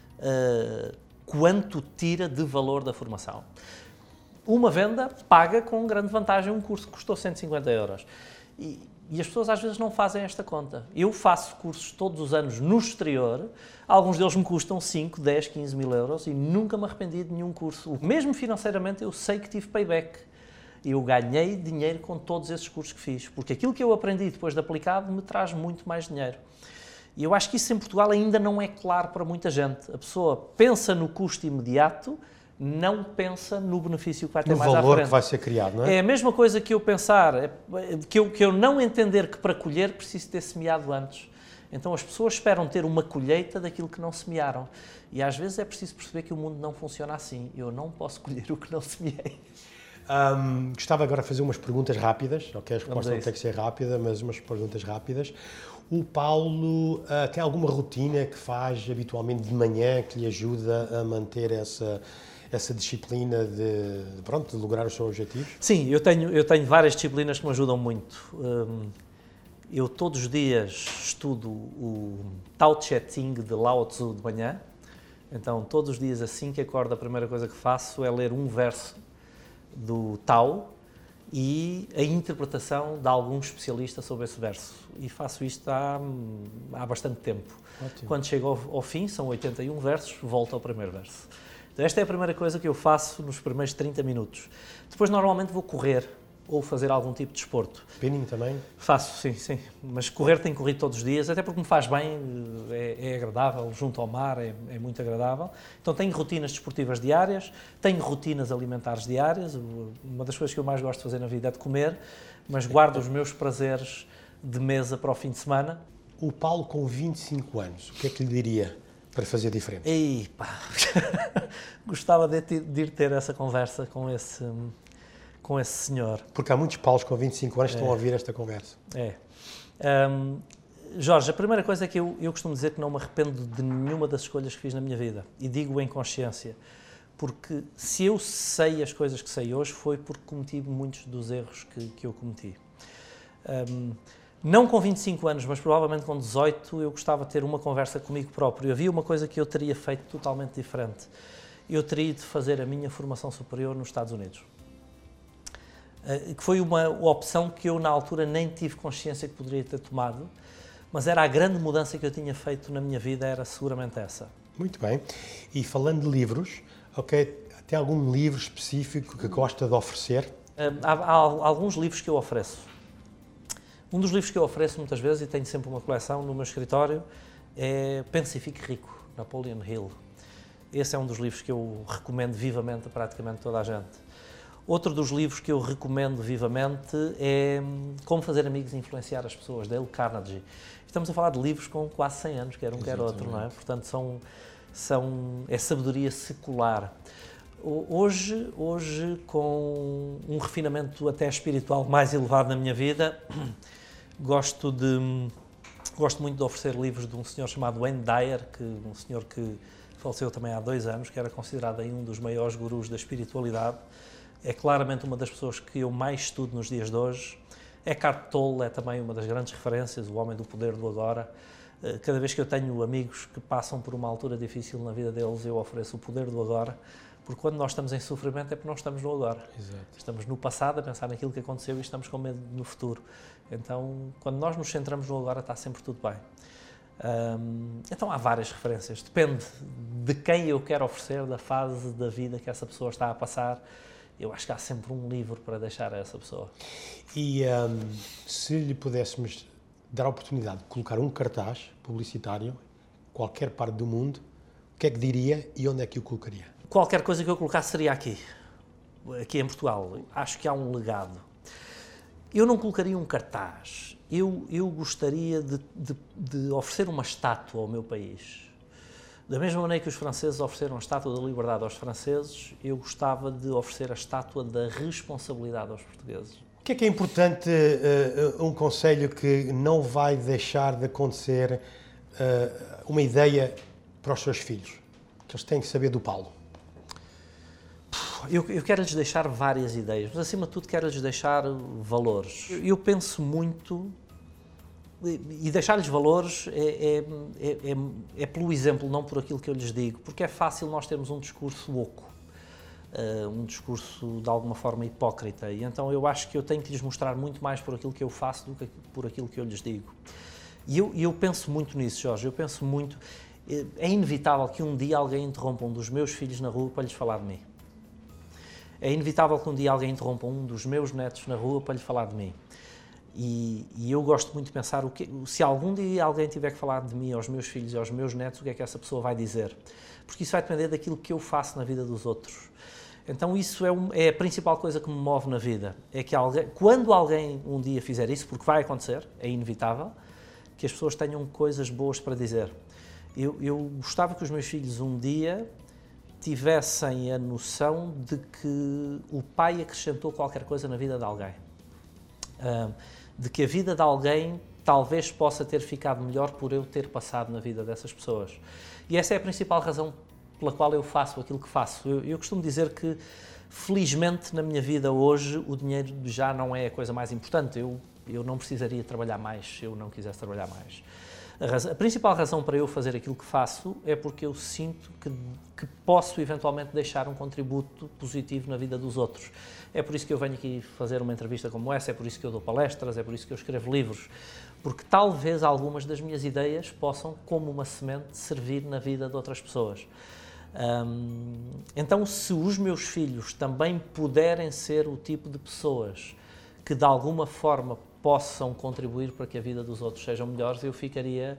quanto tira de valor da formação. Uma venda paga com grande vantagem um curso que custou 150 euros. E as pessoas às vezes não fazem esta conta. Eu faço cursos todos os anos no exterior, alguns deles me custam 5, 10, 15 mil euros e nunca me arrependi de nenhum curso. Mesmo financeiramente eu sei que tive payback. Eu ganhei dinheiro com todos esses cursos que fiz, porque aquilo que eu aprendi depois de aplicado me traz muito mais dinheiro. E eu acho que isso em Portugal ainda não é claro para muita gente. A pessoa pensa no custo imediato, não pensa no benefício que vai ter mais à frente. No valor que vai ser criado, não é? É a mesma coisa que eu pensar, que eu não entender que para colher preciso ter semeado antes. Então as pessoas esperam ter uma colheita daquilo que não semearam. E às vezes é preciso perceber que o mundo não funciona assim. Eu não posso colher o que não semeei. Gostava agora de fazer umas perguntas rápidas, ok? A resposta não tem que ser rápida, mas umas perguntas rápidas. O Paulo tem alguma rotina que faz habitualmente de manhã que lhe ajuda a manter essa disciplina de lograr os seus objetivos? Sim, eu tenho várias disciplinas que me ajudam muito. Eu todos os dias estudo o Tao Te Ching de Lao Tzu de manhã. Então, todos os dias assim que acordo, a primeira coisa que faço é ler um verso do Tao e a interpretação de algum especialista sobre esse verso. E faço isto há bastante tempo. Ótimo. Quando chego ao fim, são 81 versos, volto ao primeiro verso. Então esta é a primeira coisa que eu faço nos primeiros 30 minutos. Depois normalmente vou correr ou fazer algum tipo de desporto. Spinning também? Faço, sim. Mas correr tenho corrido todos os dias, até porque me faz bem, é agradável, junto ao mar, é muito agradável. Então tenho rotinas desportivas diárias, tenho rotinas alimentares diárias. Uma das coisas que eu mais gosto de fazer na vida é de comer, mas guardo os meus prazeres de mesa para o fim de semana. O Paulo com 25 anos, o que é que lhe diria para fazer diferente? Gostava de ir ter essa conversa com esse senhor. Porque há muitos Paulos com 25 anos que estão a ouvir esta conversa. Jorge, a primeira coisa é que eu costumo dizer que não me arrependo de nenhuma das escolhas que fiz na minha vida. E digo em consciência. Porque se eu sei as coisas que sei hoje, foi porque cometi muitos dos erros que eu cometi. Não com 25 anos, mas provavelmente com 18, eu gostava de ter uma conversa comigo próprio. Havia uma coisa que eu teria feito totalmente diferente. Eu teria ido fazer a minha formação superior nos Estados Unidos. Que foi uma opção que eu, na altura, nem tive consciência que poderia ter tomado, mas era a grande mudança que eu tinha feito na minha vida, era seguramente essa. Muito bem. E falando de livros, ok, tem algum livro específico que gosta de oferecer? Há alguns livros que eu ofereço. Um dos livros que eu ofereço muitas vezes, e tenho sempre uma coleção no meu escritório, é Pense e Fique Rico, Napoleon Hill. Esse é um dos livros que eu recomendo vivamente a praticamente toda a gente. Outro dos livros que eu recomendo vivamente é Como Fazer Amigos e Influenciar as Pessoas, Dale Carnegie. Estamos a falar de livros com quase 100 anos, quer um, quer outro, não é? Portanto, é sabedoria secular. Hoje, com um refinamento até espiritual mais elevado na minha vida, gosto de gosto muito de oferecer livros de um senhor chamado Wayne Dyer, um senhor que faleceu também há 2 anos, que era considerado aí um dos maiores gurus da espiritualidade. É claramente uma das pessoas que eu mais estudo nos dias de hoje. Eckhart Tolle é também uma das grandes referências, o homem do poder do agora. Cada vez que eu tenho amigos que passam por uma altura difícil na vida deles, eu ofereço o poder do agora, porque quando nós estamos em sofrimento é porque não estamos no agora. Exato. Estamos no passado a pensar naquilo que aconteceu e estamos com medo no futuro. Então, quando nós nos centramos no agora, está sempre tudo bem. Então há várias referências, depende de quem eu quero oferecer, da fase da vida que essa pessoa está a passar. Eu acho que há sempre um livro para deixar a essa pessoa. E se lhe pudéssemos dar a oportunidade de colocar um cartaz publicitário, qualquer parte do mundo, o que é que diria e onde é que o colocaria? Qualquer coisa que eu colocasse seria aqui em Portugal. Acho que há um legado. Eu não colocaria um cartaz. Eu gostaria de oferecer uma estátua ao meu país. Da mesma maneira que os franceses ofereceram a estátua da liberdade aos franceses, eu gostava de oferecer a estátua da responsabilidade aos portugueses. O que é importante, um conselho que não vai deixar de acontecer, uma ideia para os seus filhos, que eles têm que saber do Paulo? Eu quero-lhes deixar várias ideias, mas acima de tudo quero-lhes deixar valores. Eu penso muito, e deixar-lhes valores é pelo exemplo, não por aquilo que eu lhes digo, porque é fácil nós termos um discurso oco, um discurso de alguma forma hipócrita, e então eu acho que eu tenho que lhes mostrar muito mais por aquilo que eu faço do que por aquilo que eu lhes digo. E eu penso muito nisso, Jorge, eu penso muito, é inevitável que um dia alguém interrompa um dos meus filhos na rua para lhes falar de mim. É inevitável que um dia alguém interrompa um dos meus netos na rua para lhe falar de mim. E eu gosto muito de pensar, se algum dia alguém tiver que falar de mim aos meus filhos e aos meus netos, o que é que essa pessoa vai dizer? Porque isso vai depender daquilo que eu faço na vida dos outros. Então isso é a principal coisa que me move na vida. É que quando alguém um dia fizer isso, porque vai acontecer, é inevitável, que as pessoas tenham coisas boas para dizer. Eu gostava que os meus filhos um dia tivessem a noção de que o pai acrescentou qualquer coisa na vida de alguém. De que a vida de alguém talvez possa ter ficado melhor por eu ter passado na vida dessas pessoas. E essa é a principal razão pela qual eu faço aquilo que faço. Eu costumo dizer que, felizmente, na minha vida hoje, o dinheiro já não é a coisa mais importante. Eu não precisaria trabalhar mais se eu não quisesse trabalhar mais. A principal razão para eu fazer aquilo que faço é porque eu sinto que posso eventualmente deixar um contributo positivo na vida dos outros. É por isso que eu venho aqui fazer uma entrevista como essa, é por isso que eu dou palestras, é por isso que eu escrevo livros, porque talvez algumas das minhas ideias possam, como uma semente, servir na vida de outras pessoas. Então, se os meus filhos também puderem ser o tipo de pessoas que de alguma forma possam contribuir para que a vida dos outros sejam melhores, eu ficaria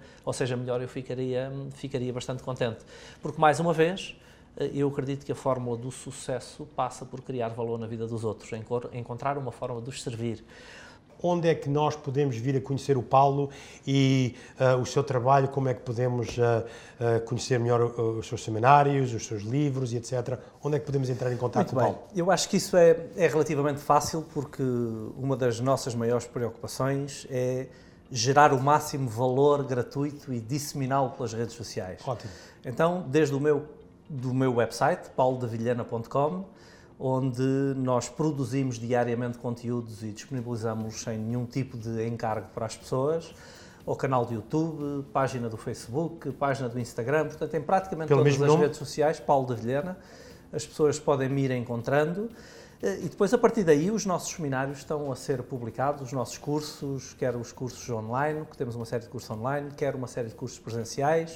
bastante contente. Porque, mais uma vez, eu acredito que a fórmula do sucesso passa por criar valor na vida dos outros, encontrar uma forma de os servir. Onde é que nós podemos vir a conhecer o Paulo e o seu trabalho, como é que podemos conhecer melhor os seus seminários, os seus livros e etc. Onde é que podemos entrar em contato com o Paulo? Eu acho que isso é relativamente fácil, porque uma das nossas maiores preocupações é gerar o máximo valor gratuito e disseminá-lo pelas redes sociais. Ótimo. Então, desde do meu website, paulodavilhena.com, onde nós produzimos diariamente conteúdos e disponibilizamos sem nenhum tipo de encargo para as pessoas, ao canal do YouTube, página do Facebook, página do Instagram, portanto, em praticamente todas as redes sociais, Paulo da Vilhena, as pessoas podem me ir encontrando, e depois, a partir daí, os nossos seminários estão a ser publicados, os nossos cursos, quer os cursos online, que temos uma série de cursos online, quer uma série de cursos presenciais,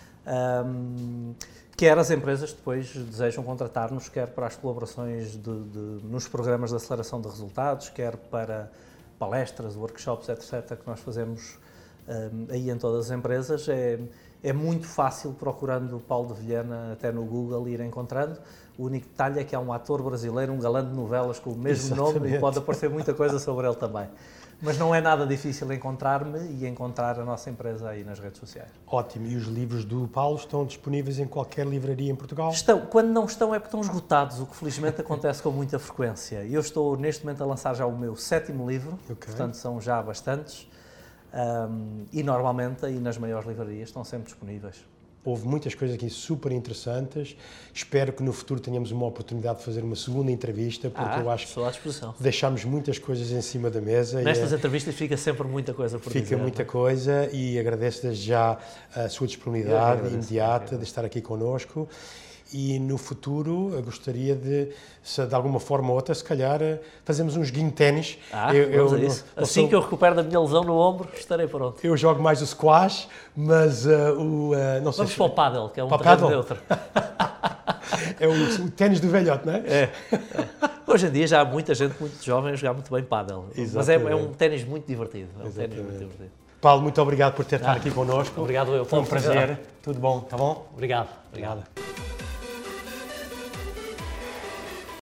quer as empresas depois desejam contratar-nos, quer para as colaborações nos programas de aceleração de resultados, quer para palestras, workshops, etc., que nós fazemos aí em todas as empresas. É muito fácil, procurando o Paulo da Vilhena até no Google, ir encontrando. O único detalhe é que há um ator brasileiro, um galã de novelas com o mesmo nome, e pode aparecer muita coisa sobre ele também. Mas não é nada difícil encontrar-me e encontrar a nossa empresa aí nas redes sociais. Ótimo. E os livros do Paulo estão disponíveis em qualquer livraria em Portugal? Estão. Quando não estão é porque estão esgotados, o que felizmente acontece com muita frequência. Eu estou neste momento a lançar já o meu 7º livro, portanto são já bastantes. E normalmente aí nas maiores livrarias estão sempre disponíveis. Houve muitas coisas aqui super interessantes. Espero que no futuro tenhamos uma oportunidade de fazer uma segunda entrevista, porque eu acho estou à disposição. que deixámos muitas coisas em cima da mesa. Nestas entrevistas fica sempre muita coisa por dizer. Fica muita coisa e agradeço desde já a sua disponibilidade imediata de estar aqui connosco. E no futuro eu gostaria de alguma forma ou outra, se calhar, fazemos uns guinho de ténis. Vamos a isso. Assim que eu recupero da minha lesão no ombro, estarei pronto. Eu jogo mais o squash, mas não sei. Vamos para o pádel, que é um terreno neutro. É o ténis do velhote, não é? É. Hoje em dia já há muita gente muito jovem a jogar muito bem pádel. Mas é um ténis muito divertido. Paulo, muito obrigado por ter estado aqui connosco. Obrigado eu. Foi um prazer. Tudo bom, tá bom? Obrigado.